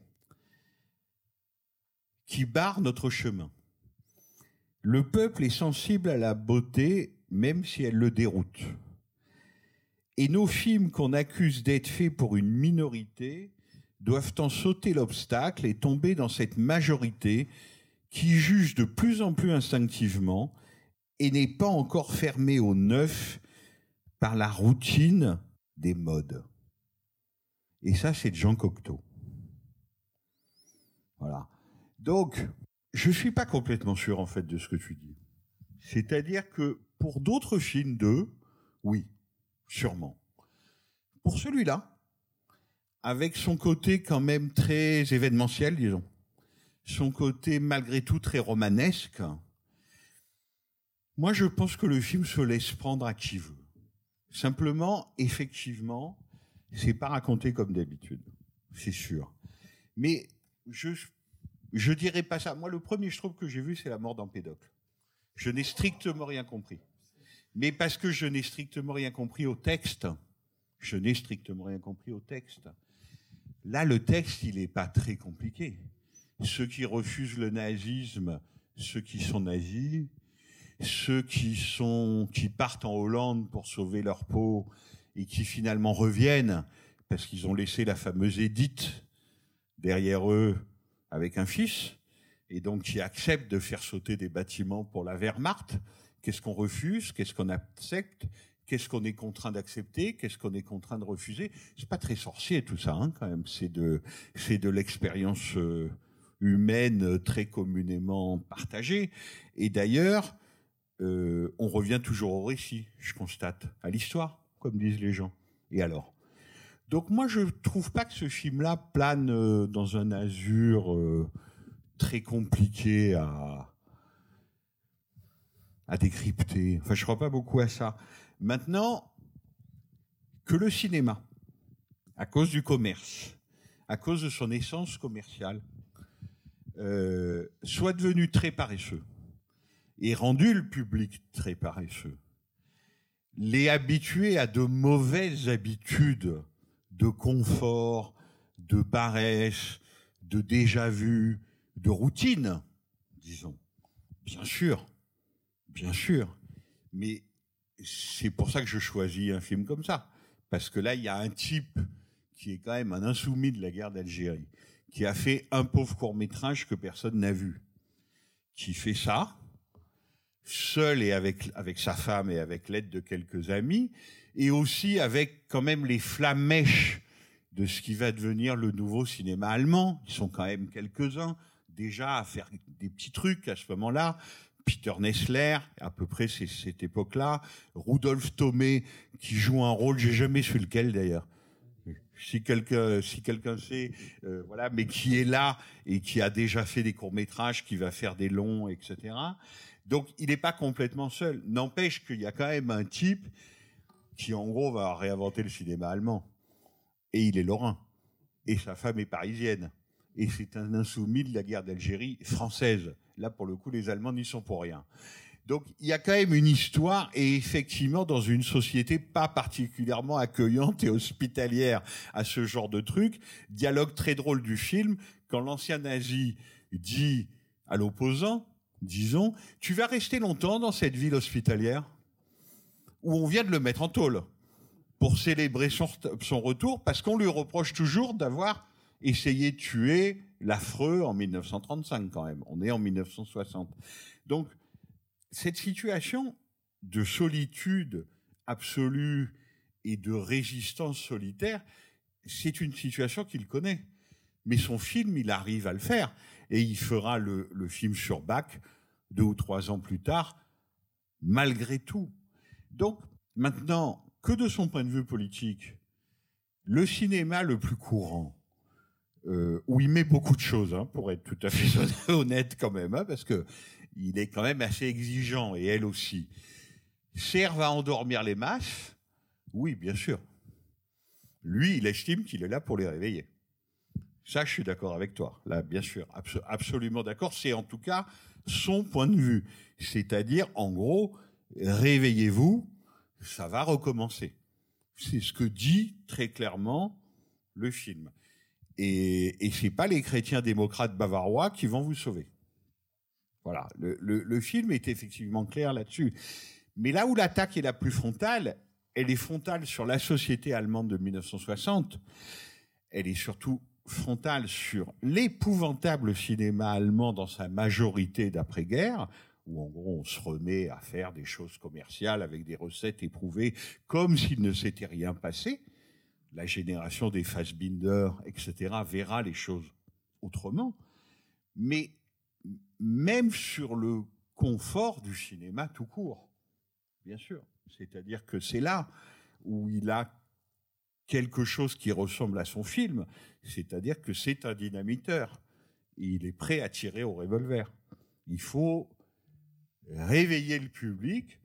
qui barrent notre chemin. Le peuple est sensible à la beauté, même si elle le déroute. Et nos films qu'on accuse d'être faits pour une minorité doivent en sauter l'obstacle et tomber dans cette majorité qui juge de plus en plus instinctivement et n'est pas encore fermée au neuf par la routine des modes. » Et ça, c'est de Jean Cocteau. Voilà. Donc, je ne suis pas complètement sûr, en fait, de ce que tu dis. C'est-à-dire que pour d'autres films d'eux, oui, sûrement. Pour celui-là, avec son côté quand même très événementiel, disons, son côté malgré tout très romanesque, moi je pense que le film se laisse prendre à qui veut. Simplement, effectivement, c'est pas raconté comme d'habitude, c'est sûr. Mais je dirais pas ça. Moi, le premier, je trouve, que j'ai vu, c'est La mort d'Empédocle. Je n'ai strictement rien compris. Mais parce que je n'ai strictement rien compris au texte, Là, le texte, il n'est pas très compliqué. Ceux qui refusent le nazisme, ceux qui sont nazis, ceux qui partent en Hollande pour sauver leur peau et qui finalement reviennent parce qu'ils ont laissé la fameuse Édith derrière eux avec un fils, et donc qui acceptent de faire sauter des bâtiments pour la Wehrmacht. Qu'est-ce qu'on refuse? Qu'est-ce qu'on accepte? Qu'est-ce qu'on est contraint d'accepter? Qu'est-ce qu'on est contraint de refuser? C'est pas très sorcier tout ça, hein, quand même. C'est de l'expérience humaine très communément partagée. Et d'ailleurs, on revient toujours au récit, je constate, à l'histoire, comme disent les gens. Et alors? Donc moi, je trouve pas que ce film-là plane dans un azur très compliqué à décrypter. Enfin, je crois pas beaucoup à ça. Maintenant, que le cinéma, à cause du commerce, à cause de son essence commerciale, soit devenu très paresseux et rendu le public très paresseux, les habituer à de mauvaises habitudes de confort, de paresse, de déjà-vu, de routine, disons. Bien sûr, mais c'est pour ça que je choisis un film comme ça. Parce que là, il y a un type qui est quand même un insoumis de la guerre d'Algérie, qui a fait un pauvre court-métrage que personne n'a vu, qui fait ça, seul et avec sa femme et avec l'aide de quelques amis, et aussi avec quand même les flammèches de ce qui va devenir le nouveau cinéma allemand. Ils sont quand même quelques-uns déjà à faire des petits trucs à ce moment-là. Peter Nessler, à peu près c'est cette époque-là. Rudolf Thomé, qui joue un rôle, j'ai jamais su lequel d'ailleurs. Si quelqu'un sait, voilà, mais qui est là et qui a déjà fait des courts-métrages, qui va faire des longs, etc. Donc, il n'est pas complètement seul. N'empêche qu'il y a quand même un type qui, en gros, va réinventer le cinéma allemand. Et il est lorrain. Et sa femme est parisienne. Et c'est un insoumis de la guerre d'Algérie française. Là, pour le coup, les Allemands n'y sont pour rien. Donc, il y a quand même une histoire, et effectivement, dans une société pas particulièrement accueillante et hospitalière à ce genre de truc, dialogue très drôle du film, quand l'ancien nazi dit à l'opposant, disons, « Tu vas rester longtemps dans cette ville hospitalière où on vient de le mettre en tôle pour célébrer son retour, parce qu'on lui reproche toujours d'avoir essayé de tuer l'affreux en 1935 quand même. On est en 1960. » Donc, cette situation de solitude absolue et de résistance solitaire, c'est une situation qu'il connaît. Mais son film, il arrive à le faire. Et il fera le film sur Bach 2 ou 3 ans plus tard, malgré tout. Donc, maintenant, que de son point de vue politique, Le cinéma le plus courant, où il met beaucoup de choses, hein, pour être tout à fait honnête quand même, hein, parce que il est quand même assez exigeant, et elle aussi, servent à endormir les masses. Oui, bien sûr. Lui, il estime qu'il est là pour les réveiller. Ça, je suis d'accord avec toi. Là, bien sûr, absolument d'accord. C'est en tout cas son point de vue. C'est-à-dire, en gros, réveillez-vous, ça va recommencer. C'est ce que dit très clairement le film. Et c'est pas les chrétiens démocrates bavarois qui vont vous sauver. Voilà. Le film est effectivement clair là-dessus. Mais là où l'attaque est la plus frontale, elle est frontale sur la société allemande de 1960. Elle est surtout frontale sur l'épouvantable cinéma allemand dans sa majorité d'après-guerre, où en gros on se remet à faire des choses commerciales avec des recettes éprouvées comme s'il ne s'était rien passé. La génération des Fassbinder, etc., verra les choses autrement. Mais même sur le confort du cinéma tout court, bien sûr. C'est-à-dire que c'est là où il a quelque chose qui ressemble à son film, c'est-à-dire que c'est un dynamiteur. Il est prêt à tirer au revolver. Il faut réveiller le public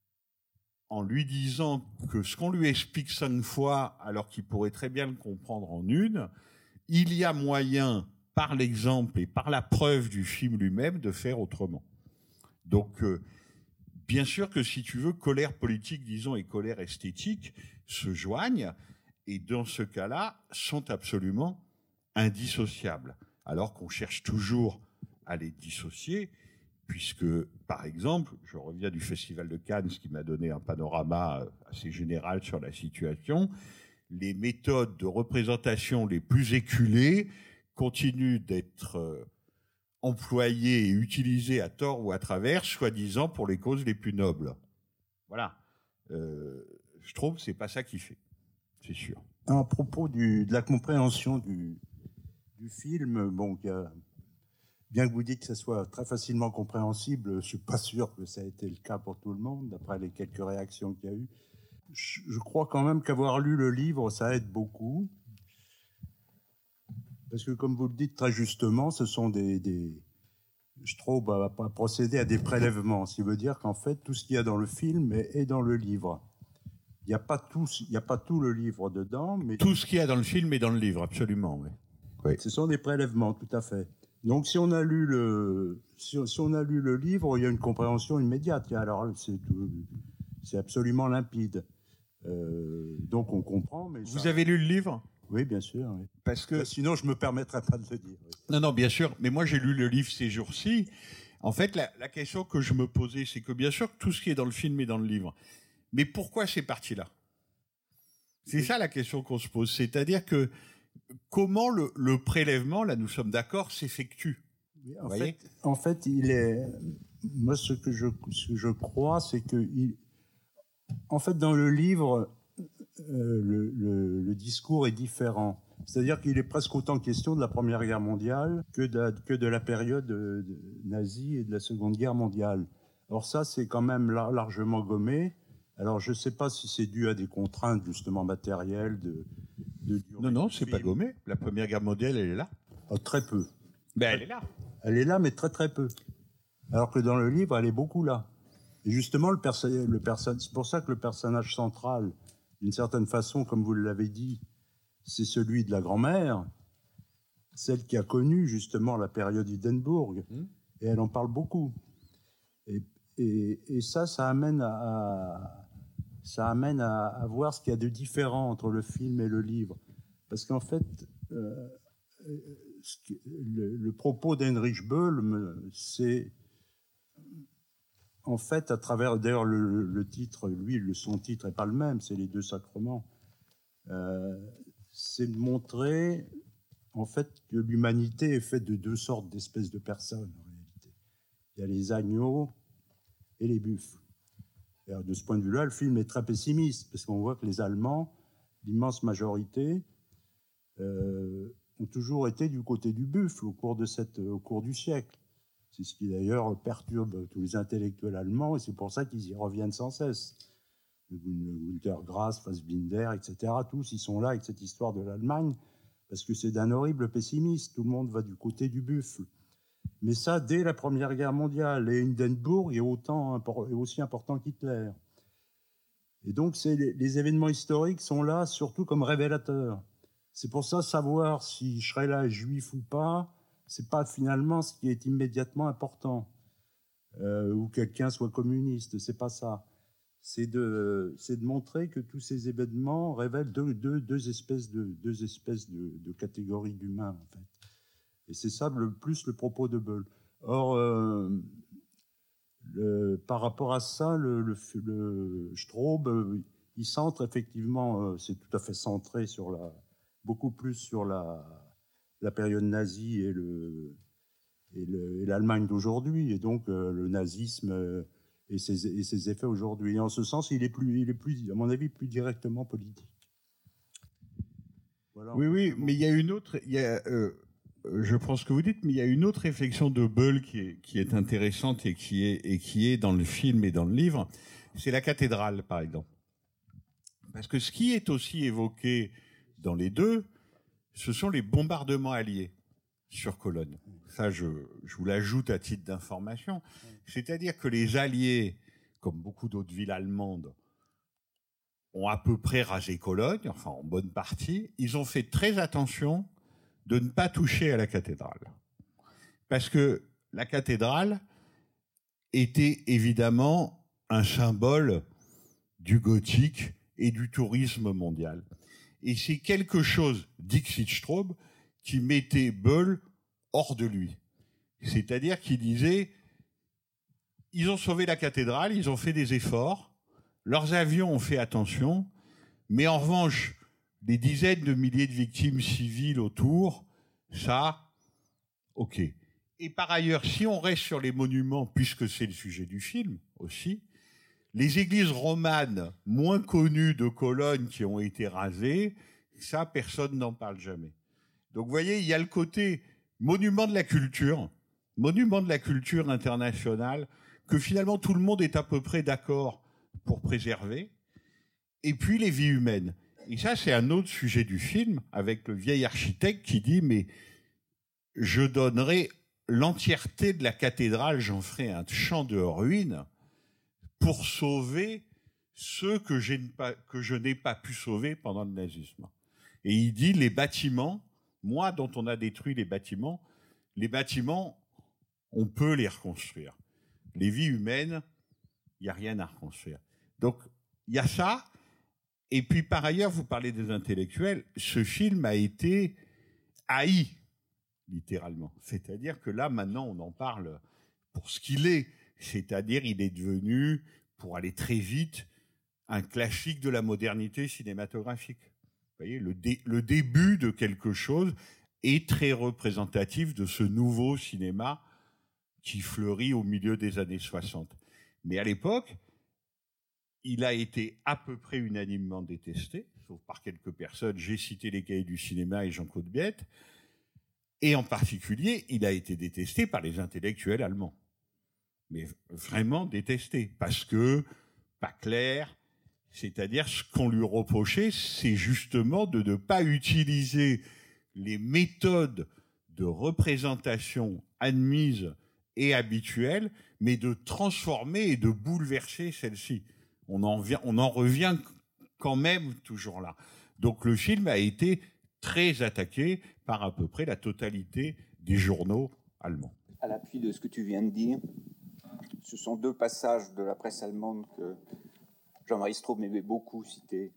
en lui disant que ce qu'on lui explique 5 fois, alors qu'il pourrait très bien le comprendre en une, il y a moyen, par l'exemple et par la preuve du film lui-même, de faire autrement. Donc, bien sûr que si tu veux, colère politique, disons, et colère esthétique se joignent, et dans ce cas-là, sont absolument indissociables. Alors qu'on cherche toujours à les dissocier, puisque, par exemple, je reviens du Festival de Cannes, ce qui m'a donné un panorama assez général sur la situation, les méthodes de représentation les plus éculées continuent d'être employées et utilisées à tort ou à travers, soi-disant pour les causes les plus nobles. Voilà. Je trouve que c'est pas ça qui fait. C'est sûr. À propos de la compréhension du film, bon, bien que vous dites que ça soit très facilement compréhensible, je ne suis pas sûr que ça a été le cas pour tout le monde, d'après les quelques réactions qu'il y a eu. Je crois quand même qu'avoir lu le livre, ça aide beaucoup. Parce que, comme vous le dites très justement, ce sont je trouve, procéder à des prélèvements. Ce qui veut dire qu'en fait, tout ce qu'il y a dans le film est dans le livre. Il n'y a pas tout le livre dedans, mais tout ce qu'il y a dans le film est dans le livre, absolument. Oui. Oui. Ce sont des prélèvements, tout à fait. Donc, si on a lu le livre, il y a une compréhension immédiate. Alors, c'est absolument limpide. Donc, on comprend. Mais vous avez lu le livre ? Oui, bien sûr. Oui. Parce que sinon, je me permettrais pas de le dire. Oui. Non, bien sûr. Mais moi, j'ai lu le livre ces jours-ci. En fait, la question que je me posais, c'est que bien sûr, tout ce qui est dans le film est dans le livre. Mais pourquoi ces parties-là ? C'est ça la question qu'on se pose. C'est-à-dire que comment le prélèvement, là nous sommes d'accord, s'effectue ? En fait, moi ce que je crois, c'est que en fait dans le livre, le discours est différent. C'est-à-dire qu'il est presque autant question de la Première Guerre mondiale que de la période nazie et de la Seconde Guerre mondiale. Or ça, c'est quand même largement gommé. Alors, je ne sais pas si c'est dû à des contraintes, justement, matérielles, de durée. Non, c'est pas gommé. La Première Guerre mondiale, elle est là. Oh, très peu. Ben, elle est là. Elle est là, mais très, très peu. Alors que dans le livre, elle est beaucoup là. Et justement, c'est pour ça que le personnage central, d'une certaine façon, comme vous l'avez dit, c'est celui de la grand-mère, celle qui a connu, justement, la période Hindenburg. Et elle en parle beaucoup. Et ça amène à voir ce qu'il y a de différent entre le film et le livre. Parce qu'en fait, le propos d'Heinrich Böll, c'est en fait à travers, d'ailleurs le titre, son titre n'est pas le même, c'est Les Deux Sacrements, c'est de montrer en fait que l'humanité est faite de deux sortes d'espèces de personnes en réalité. Il y a les agneaux et les buffles. Et alors, de ce point de vue-là, le film est très pessimiste, parce qu'on voit que les Allemands, l'immense majorité, ont toujours été du côté du buffle au cours du siècle. C'est ce qui d'ailleurs perturbe tous les intellectuels allemands, et c'est pour ça qu'ils y reviennent sans cesse. Günter Grass, Fassbinder, etc. Tous, ils sont là avec cette histoire de l'Allemagne, parce que c'est d'un horrible pessimiste. Tout le monde va du côté du buffle. Mais ça, dès la Première Guerre mondiale, et Hindenburg est aussi important qu'Hitler. Et donc, les événements historiques sont là surtout comme révélateurs. C'est pour ça, savoir si Shrella est juif ou pas, c'est pas finalement ce qui est immédiatement important. Ou quelqu'un soit communiste, c'est pas ça. C'est de montrer que tous ces événements révèlent deux espèces de catégories d'humains, en fait. Et c'est ça plus le propos de Böll. Or, par rapport à ça, le Straub, il centre effectivement, c'est tout à fait centré beaucoup plus sur la période nazie et l'Allemagne d'aujourd'hui, et donc le nazisme et ses effets aujourd'hui. Et en ce sens, il est plus, à mon avis, plus directement politique. Voilà. Oui, mais il y a une autre... je prends ce que vous dites, mais il y a une autre réflexion de Böll qui est intéressante et qui est dans le film et dans le livre, c'est la cathédrale, par exemple. Parce que ce qui est aussi évoqué dans les deux, ce sont les bombardements alliés sur Cologne. Ça, je vous l'ajoute à titre d'information. C'est-à-dire que les Alliés, comme beaucoup d'autres villes allemandes, ont à peu près rasé Cologne, enfin en bonne partie. Ils ont fait très attention de ne pas toucher à la cathédrale. Parce que la cathédrale était évidemment un symbole du gothique et du tourisme mondial. Et c'est quelque chose, Dixit Straub, qui mettait Böll hors de lui. C'est-à-dire qu'il disait, ils ont sauvé la cathédrale, ils ont fait des efforts, leurs avions ont fait attention, mais en revanche, des dizaines de milliers de victimes civiles autour, ça, ok. Et par ailleurs, si on reste sur les monuments, puisque c'est le sujet du film aussi, les églises romanes moins connues de Cologne qui ont été rasées, ça, personne n'en parle jamais. Donc vous voyez, il y a le côté monument de la culture internationale, que finalement tout le monde est à peu près d'accord pour préserver, et puis les vies humaines. Et ça, c'est un autre sujet du film, avec le vieil architecte qui dit, mais je donnerai l'entièreté de la cathédrale, j'en ferai un champ de ruines pour sauver ceux que je n'ai pas pu sauver pendant le nazisme. Et il dit, les bâtiments, moi dont on a détruit les bâtiments, on peut les reconstruire. Les vies humaines, il n'y a rien à reconstruire. Donc, il y a ça. Et puis, par ailleurs, vous parlez des intellectuels, ce film a été haï, littéralement. C'est-à-dire que là, maintenant, on en parle pour ce qu'il est. C'est-à-dire, il est devenu, pour aller très vite, un classique de la modernité cinématographique. Vous voyez, le début de quelque chose est très représentatif de ce nouveau cinéma qui fleurit au milieu des années 60. Mais à l'époque, il a été à peu près unanimement détesté, sauf par quelques personnes. J'ai cité les Cahiers du cinéma et Jean-Claude Biette. Et en particulier, il a été détesté par les intellectuels allemands. Mais vraiment détesté, parce que pas clair. C'est-à-dire, ce qu'on lui reprochait, c'est justement de ne pas utiliser les méthodes de représentation admises et habituelles, mais de transformer et de bouleverser celles-ci. On en revient quand même toujours là. Donc le film a été très attaqué par à peu près la totalité des journaux allemands. À l'appui de ce que tu viens de dire, ce sont deux passages de la presse allemande que Jean-Marie Straub m'aimait beaucoup citer,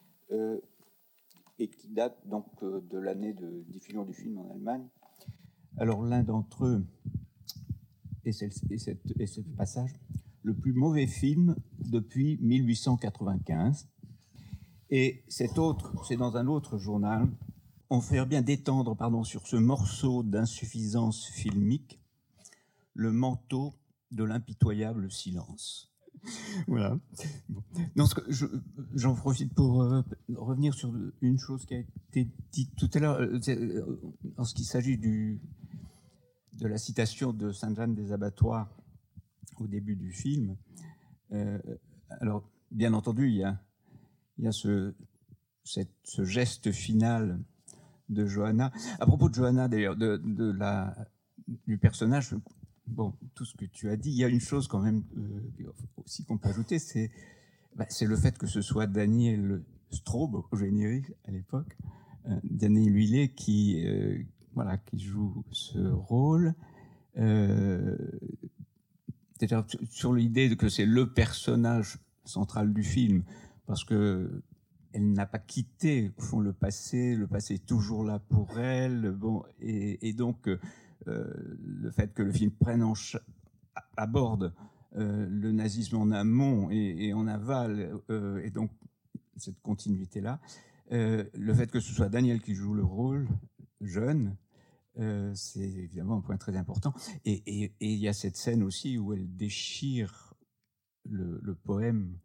et qui datent donc de l'année de diffusion du film en Allemagne. Alors l'un d'entre eux est ce passage: le plus mauvais film depuis 1895. Et cet autre, c'est dans un autre journal, on fait bien d'étendre, sur ce morceau d'insuffisance filmique le manteau de l'impitoyable silence. Voilà. Bon. Donc, j'en profite pour revenir sur une chose qui a été dite tout à l'heure, en ce qui s'agit de la citation de Sainte-Jeanne des Abattoirs au début du film. Alors, bien entendu, il y a ce geste final de Johanna. À propos de Johanna, d'ailleurs, du personnage, bon, tout ce que tu as dit, il y a une chose quand même aussi qu'on peut ajouter, c'est le fait que ce soit Daniel Straub au générique à l'époque, Daniel Huillet qui joue ce rôle. C'est-à-dire sur l'idée que c'est le personnage central du film, parce que elle n'a pas quitté au fond le passé est toujours là pour elle. Bon, et donc le fait que le film aborde le nazisme en amont et en aval, et donc cette continuité-là, le fait que ce soit Daniel qui joue le rôle jeune, c'est évidemment un point très important. Et il y a cette scène aussi où elle déchire le poème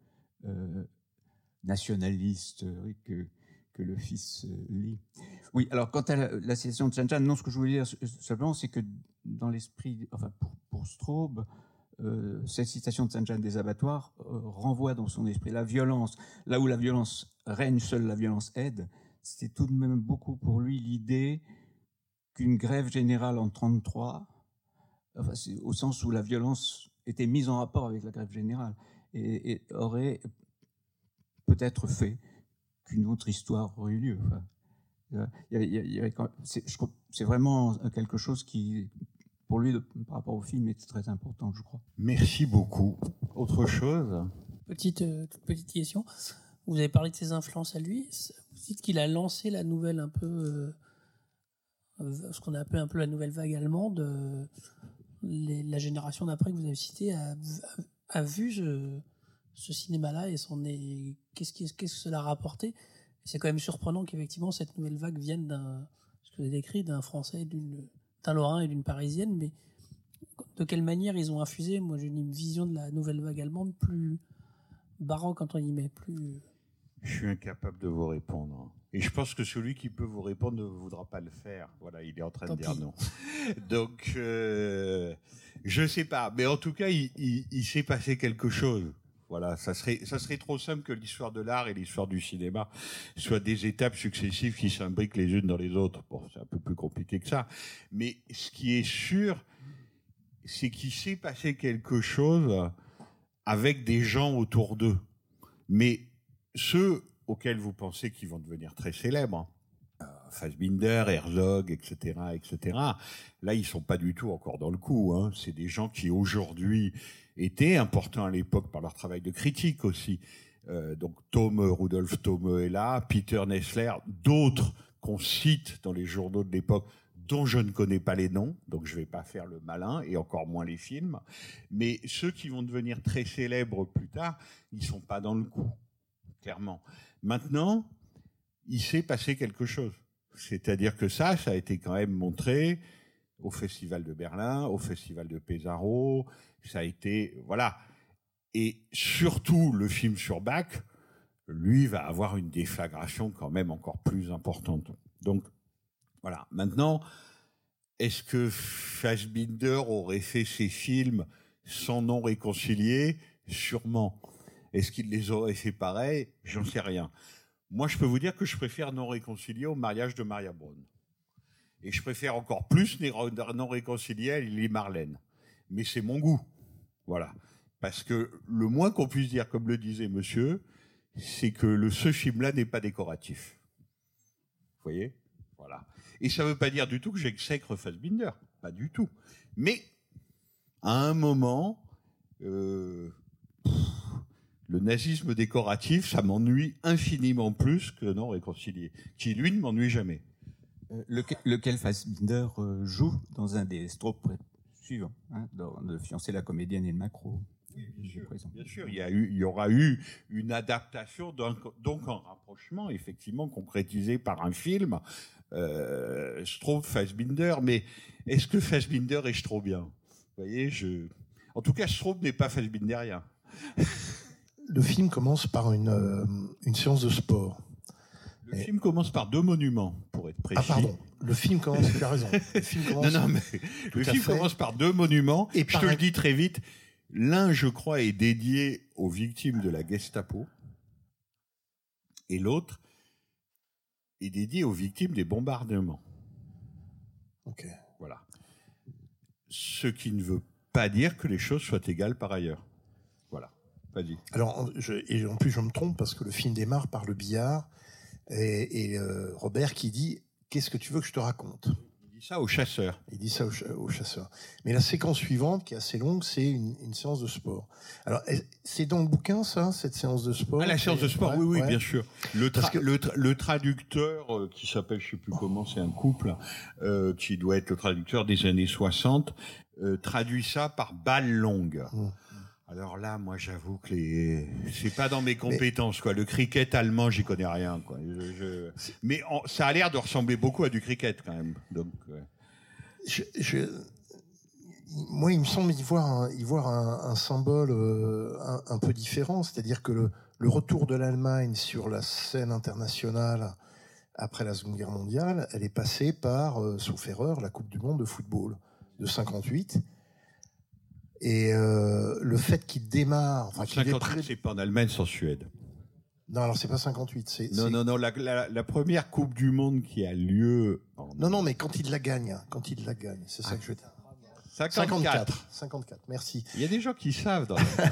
nationaliste que le fils lit. Oui, alors quant à la citation de Jan-Jan, non, ce que je voulais dire simplement, c'est que dans l'esprit, enfin pour Straub, cette citation de Jan-Jan des abattoirs renvoie dans son esprit la violence. Là où la violence règne, seule la violence aide. C'était tout de même beaucoup pour lui l'idée qu'une grève générale en 1933, enfin, c'est au sens où la violence était mise en rapport avec la grève générale et aurait peut-être fait qu'une autre histoire aurait eu lieu. Enfin, c'est vraiment quelque chose qui, pour lui, par rapport au film, était très important, je crois. Merci beaucoup. Autre chose ? Toute petite question. Vous avez parlé de ses influences à lui. Vous dites qu'il a lancé la nouvelle un peu, ce qu'on a appelé un peu la nouvelle vague allemande. La génération d'après que vous avez citée a vu ce cinéma-là et qu'est-ce que cela a rapporté. C'est quand même surprenant qu'effectivement cette nouvelle vague vienne ce que vous avez décrit, d'un Français, d'un Lorrain et d'une Parisienne, mais de quelle manière ils ont infusé, moi j'ai une vision de la nouvelle vague allemande plus baroque entre guillemets, plus... Je suis incapable de vous répondre. Et je pense que celui qui peut vous répondre ne voudra pas le faire. Voilà, il est en train de dire non. Donc, je sais pas. Mais en tout cas, il s'est passé quelque chose. Voilà, ça serait trop simple que l'histoire de l'art et l'histoire du cinéma soient des étapes successives qui s'imbriquent les unes dans les autres. Bon, c'est un peu plus compliqué que ça. Mais ce qui est sûr, c'est qu'il s'est passé quelque chose avec des gens autour d'eux. Mais ceux auxquels vous pensez qu'ils vont devenir très célèbres, Fassbinder, Herzog, etc., là, ils sont pas du tout encore dans le coup. Hein. C'est des gens qui, aujourd'hui, étaient importants à l'époque par leur travail de critique aussi. Donc, Rudolf Thome est là, Peter Nessler, d'autres qu'on cite dans les journaux de l'époque, dont je ne connais pas les noms, donc je vais pas faire le malin, et encore moins les films. Mais ceux qui vont devenir très célèbres plus tard, ils sont pas dans le coup, clairement. Maintenant, il s'est passé quelque chose. C'est-à-dire que ça a été quand même montré au Festival de Berlin, au Festival de Pesaro, ça a été... Voilà. Et surtout, le film sur Bach, lui, va avoir une déflagration quand même encore plus importante. Donc, voilà. Maintenant, est-ce que Fassbinder aurait fait ses films sans nom réconcilié ? Sûrement. Est-ce qu'il les aurait fait pareil ? J'en sais rien. Moi, je peux vous dire que je préfère non réconcilié au mariage de Maria Braun. Et je préfère encore plus non réconcilié à Lily Marlène. Mais c'est mon goût. Voilà. Parce que le moins qu'on puisse dire, comme le disait monsieur, c'est que ce film-là n'est pas décoratif. Vous voyez ? Voilà. Et ça ne veut pas dire du tout que j'exècre Fassbinder. Pas du tout. Mais, à un moment... le nazisme décoratif, ça m'ennuie infiniment plus que non réconcilié, qui lui ne m'ennuie jamais. Lequel Fassbinder joue dans un des Straub suivants, hein, dans Le fiancé, la comédienne et le maquereau. Oui, bien sûr. Il y aura eu une adaptation, donc un rapprochement, effectivement, concrétisé par un film, Straub-Fassbinder. Mais est-ce que Fassbinder est Straubien ? Vous voyez, en tout cas, Straub n'est pas Fassbinderien. Le film commence par une séance de sport. Le film commence par 2 monuments, pour être précis. Ah pardon, le film commence, tu as raison. Le film commence, le film commence par 2 monuments, et je te le dis très vite, L'un, je crois, est dédié aux victimes de la Gestapo et l'autre est dédié aux victimes des bombardements. Ok. Voilà. Ce qui ne veut pas dire que les choses soient égales par ailleurs. Voilà. Vas-y. Alors, et en plus, je me trompe parce que le film démarre par le billard et Robert qui dit « Qu'est-ce que tu veux que je te raconte ?» Il dit ça au chasseur. Il dit ça au chasseur. Mais la séquence suivante, qui est assez longue, c'est une séance de sport. Alors, c'est dans le bouquin, ça, cette séance de sport? Ah, la séance de sport, oui, ouais. bien sûr. Le traducteur, qui s'appelle, je ne sais plus comment, c'est un couple, qui doit être le traducteur des années 60, traduit ça par balle longue. Alors là, moi, j'avoue que c'est pas dans mes compétences, quoi. Le cricket allemand, j'y connais rien, quoi. Mais ça a l'air de ressembler beaucoup à du cricket, quand même. Donc, moi, il me semble y voir un symbole un peu différent, c'est-à-dire que le retour de l'Allemagne sur la scène internationale après la Seconde Guerre mondiale, elle est passée par, sauf erreur, la Coupe du Monde de football de 58. Et le fait qu'il démarre... Enfin, 58, c'est pas en Allemagne, c'est en Suède. Non, alors c'est pas 58. Non, la première Coupe du Monde qui a lieu... Non, mais quand il la gagne, c'est ça que je veux dire. 54, merci. Il y a des gens qui savent.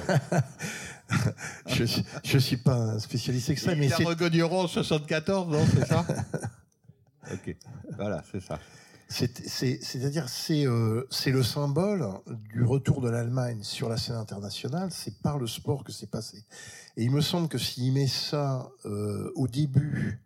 Je suis pas un spécialiste que ça, mais c'est... Regogneron en 74, non, c'est ça? Ok, voilà, c'est ça. C'est-à-dire, c'est le symbole du retour de l'Allemagne sur la scène internationale. C'est par le sport que c'est passé. Et il me semble que s'il met ça au début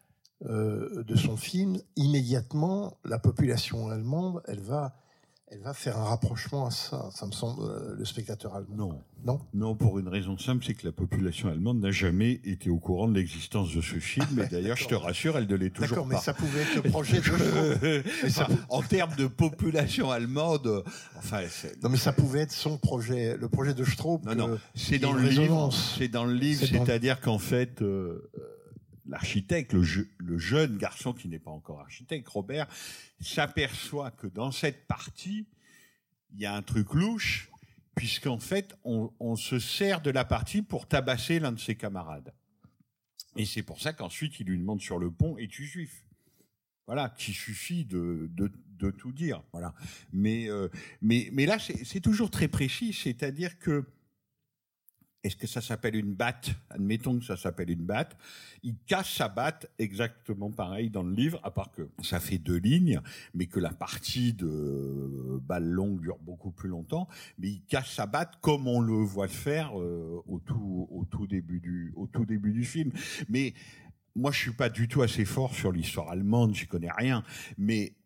de son film, immédiatement, la population allemande, elle va faire un rapprochement à ça. Ça me semble, le spectateur allemand. Non, pour une raison simple, c'est que la population allemande n'a jamais été au courant de l'existence de ce film. Et d'ailleurs, je te rassure, elle ne l'est toujours pas. D'accord, mais ça pouvait être le projet de En termes de population allemande, non, mais ça pouvait être son projet, le projet de Straub. Non, c'est dans le livre. C'est dans le livre, c'est-à-dire qu'en fait, l'architecte, le jeune garçon qui n'est pas encore architecte, Robert, s'aperçoit que dans cette partie, il y a un truc louche, puisqu'en fait, on se sert de la partie pour tabasser l'un de ses camarades. Et c'est pour ça qu'ensuite, il lui demande sur le pont, es-tu juif? Voilà, qu'il suffit de tout dire. Voilà. Mais là, c'est toujours très précis, c'est-à-dire que est-ce que ça s'appelle une batte? Admettons que ça s'appelle une batte. Il casse sa batte exactement pareil dans le livre, à part que ça fait 2 lignes, mais que la partie de balle longue dure beaucoup plus longtemps. Mais il casse sa batte comme on le voit le faire au tout début du film. Mais moi, je suis pas du tout assez fort sur l'histoire allemande, j'y connais rien. Mais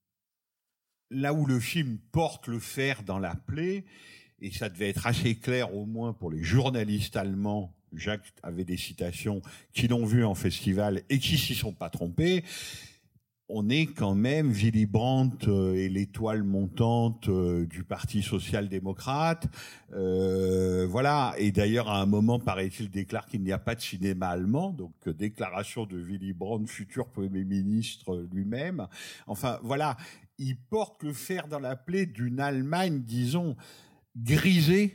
là où le film porte le fer dans la plaie, et ça devait être assez clair au moins pour les journalistes allemands, Jacques avait des citations, qui l'ont vu en festival et qui s'y sont pas trompés, on est quand même Willy Brandt et l'étoile montante du Parti social-démocrate. Voilà. Et d'ailleurs, à un moment, paraît-il, déclare qu'il n'y a pas de cinéma allemand. Donc, déclaration de Willy Brandt, futur Premier ministre lui-même. Enfin, voilà. Il porte le fer dans la plaie d'une Allemagne, disons, grisée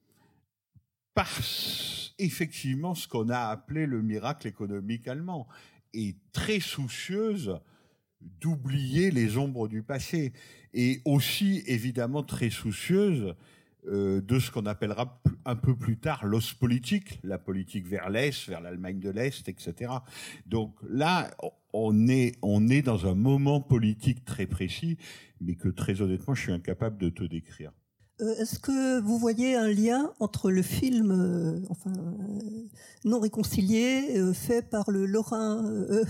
par effectivement ce qu'on a appelé le miracle économique allemand, et très soucieuse d'oublier les ombres du passé, et aussi évidemment très soucieuse de ce qu'on appellera un peu plus tard l'Ostpolitik, la politique vers l'Est, vers l'Allemagne de l'Est, etc. Donc là, on est dans un moment politique très précis, mais que très honnêtement, je suis incapable de te décrire. Est-ce que vous voyez un lien entre le film non réconcilié fait par le Lorrain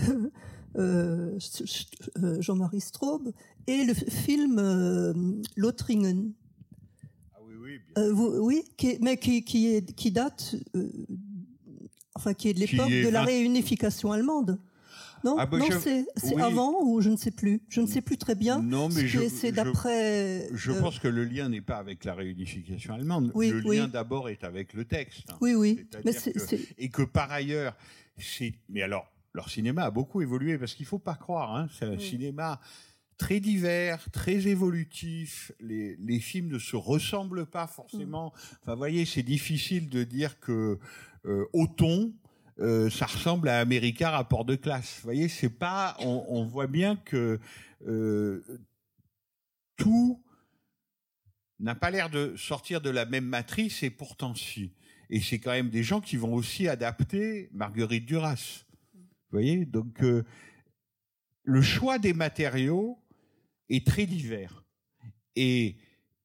Jean-Marie Straub et le film Lothringen? Ah oui, bien. Oui, qui date, qui est de l'époque de la réunification allemande. Non, c'est avant ou je ne sais plus. Je ne sais plus très bien. Non, mais c'est d'après. Je pense que le lien n'est pas avec la réunification allemande. Le lien d'abord est avec le texte. Oui. Et que par ailleurs, mais alors, leur cinéma a beaucoup évolué parce qu'il faut pas croire. C'est un cinéma très divers, très évolutifs. Les films ne se ressemblent pas forcément. Enfin, vous voyez, c'est difficile de dire que Auton, ça ressemble à America rapport de classe. Vous voyez, c'est pas. On voit bien que tout n'a pas l'air de sortir de la même matrice, et pourtant si. Et c'est quand même des gens qui vont aussi adapter Marguerite Duras. Vous voyez, donc le choix des matériaux est très divers. Et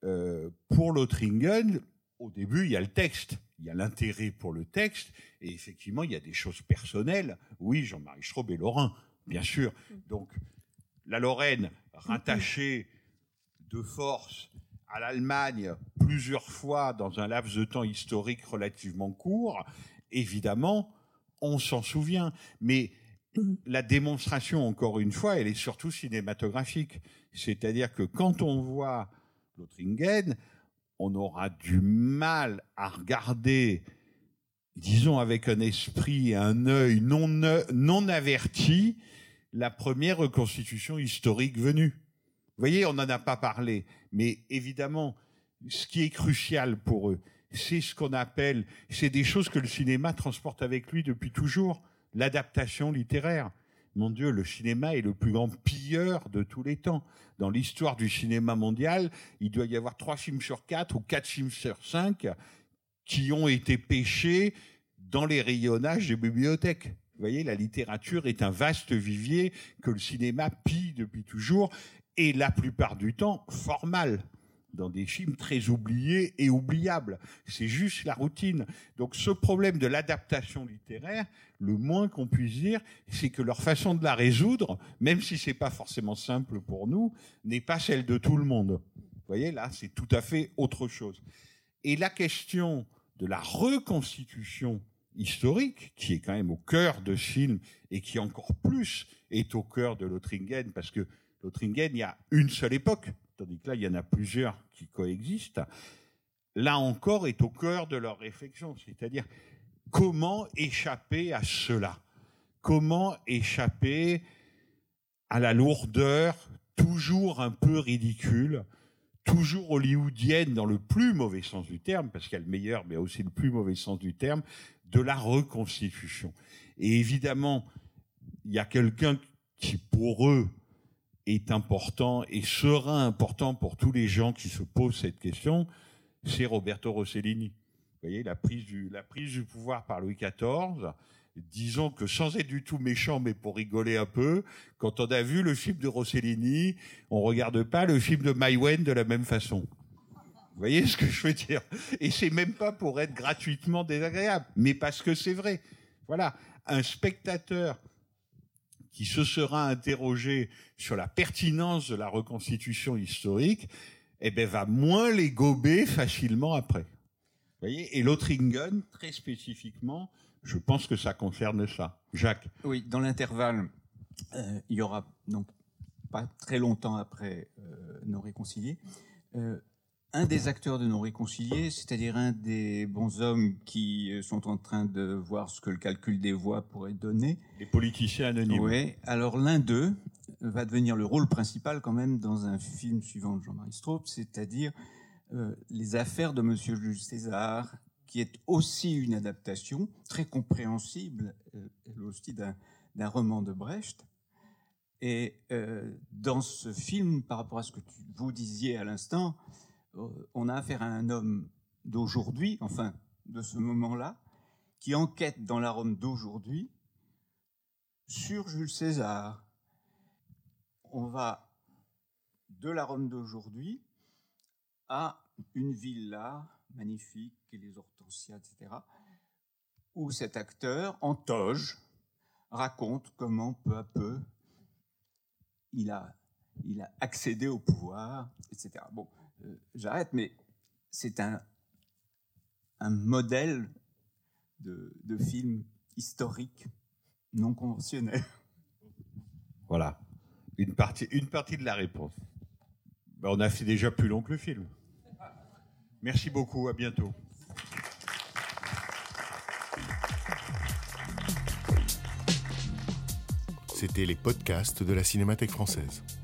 pour Lothringen, au début, il y a le texte, il y a l'intérêt pour le texte, et effectivement, il y a des choses personnelles. Oui, Jean-Marie Straub est lorrain, bien sûr. Donc, la Lorraine, rattachée de force à l'Allemagne plusieurs fois dans un laps de temps historique relativement court, évidemment, on s'en souvient. Mais la démonstration, encore une fois, elle est surtout cinématographique. C'est-à-dire que quand on voit Lothringen, on aura du mal à regarder, disons avec un esprit et un œil non averti, la première reconstitution historique venue. Vous voyez, on n'en a pas parlé, mais évidemment, ce qui est crucial pour eux, c'est ce qu'on appelle, c'est des choses que le cinéma transporte avec lui depuis toujours, l'adaptation littéraire. Mon Dieu, le cinéma est le plus grand pilleur de tous les temps. Dans l'histoire du cinéma mondial, il doit y avoir 3 films sur 4 ou 4 films sur 5 qui ont été pêchés dans les rayonnages des bibliothèques. Vous voyez, la littérature est un vaste vivier que le cinéma pille depuis toujours, et la plupart du temps, fort mal, dans des films très oubliés et oubliables. C'est juste la routine. Donc ce problème de l'adaptation littéraire, le moins qu'on puisse dire, c'est que leur façon de la résoudre, même si c'est pas forcément simple pour nous, n'est pas celle de tout le monde. Vous voyez, là, c'est tout à fait autre chose. Et la question de la reconstitution historique, qui est quand même au cœur de ce film, et qui encore plus est au cœur de Lothringen, parce que Lothringen, il y a une seule époque, tandis que là, il y en a plusieurs qui coexistent. Là encore, est au cœur de leur réflexion, c'est-à-dire comment échapper à cela, comment échapper à la lourdeur toujours un peu ridicule, toujours hollywoodienne dans le plus mauvais sens du terme, parce qu'il y a le meilleur, mais aussi le plus mauvais sens du terme, de la reconstitution. Et évidemment, il y a quelqu'un qui, pour eux, est important et sera important pour tous les gens qui se posent cette question, c'est Roberto Rossellini. Vous voyez, la prise du pouvoir par Louis XIV, disons que sans être du tout méchant, mais pour rigoler un peu, quand on a vu le film de Rossellini, on regarde pas le film de Maïwenn de la même façon. Vous voyez ce que je veux dire? Et c'est même pas pour être gratuitement désagréable, mais parce que c'est vrai. Voilà, un spectateur qui se sera interrogé sur la pertinence de la reconstitution historique, eh ben, va moins les gober facilement après. Vous voyez? Et Lothringen, très spécifiquement, je pense que ça concerne ça. Jacques? Oui, dans l'intervalle, il y aura donc pas très longtemps après Nos Réconciliés, un des acteurs de Nos Réconciliés, c'est-à-dire un des bons hommes qui sont en train de voir ce que le calcul des voix pourrait donner. Les politiciens anonymes. Oui, alors l'un d'eux va devenir le rôle principal quand même dans un film suivant de Jean-Marie Straub, c'est-à-dire Les Affaires de Monsieur Jules César, qui est aussi une adaptation très compréhensible, elle aussi d'un roman de Brecht. Et dans ce film, par rapport à ce que vous disiez à l'instant, on a affaire à un homme d'aujourd'hui, enfin de ce moment-là, qui enquête dans la Rome d'aujourd'hui sur Jules César. On va de la Rome d'aujourd'hui à une villa magnifique, et les hortensias, etc., où cet acteur, en toge, raconte comment, peu à peu, il a accédé au pouvoir, etc. Bon, j'arrête, mais c'est un modèle de film historique non conventionnel. Voilà, une partie de la réponse. Ben, on a fait déjà plus long que le film. Merci beaucoup, à bientôt. C'était les podcasts de la Cinémathèque française.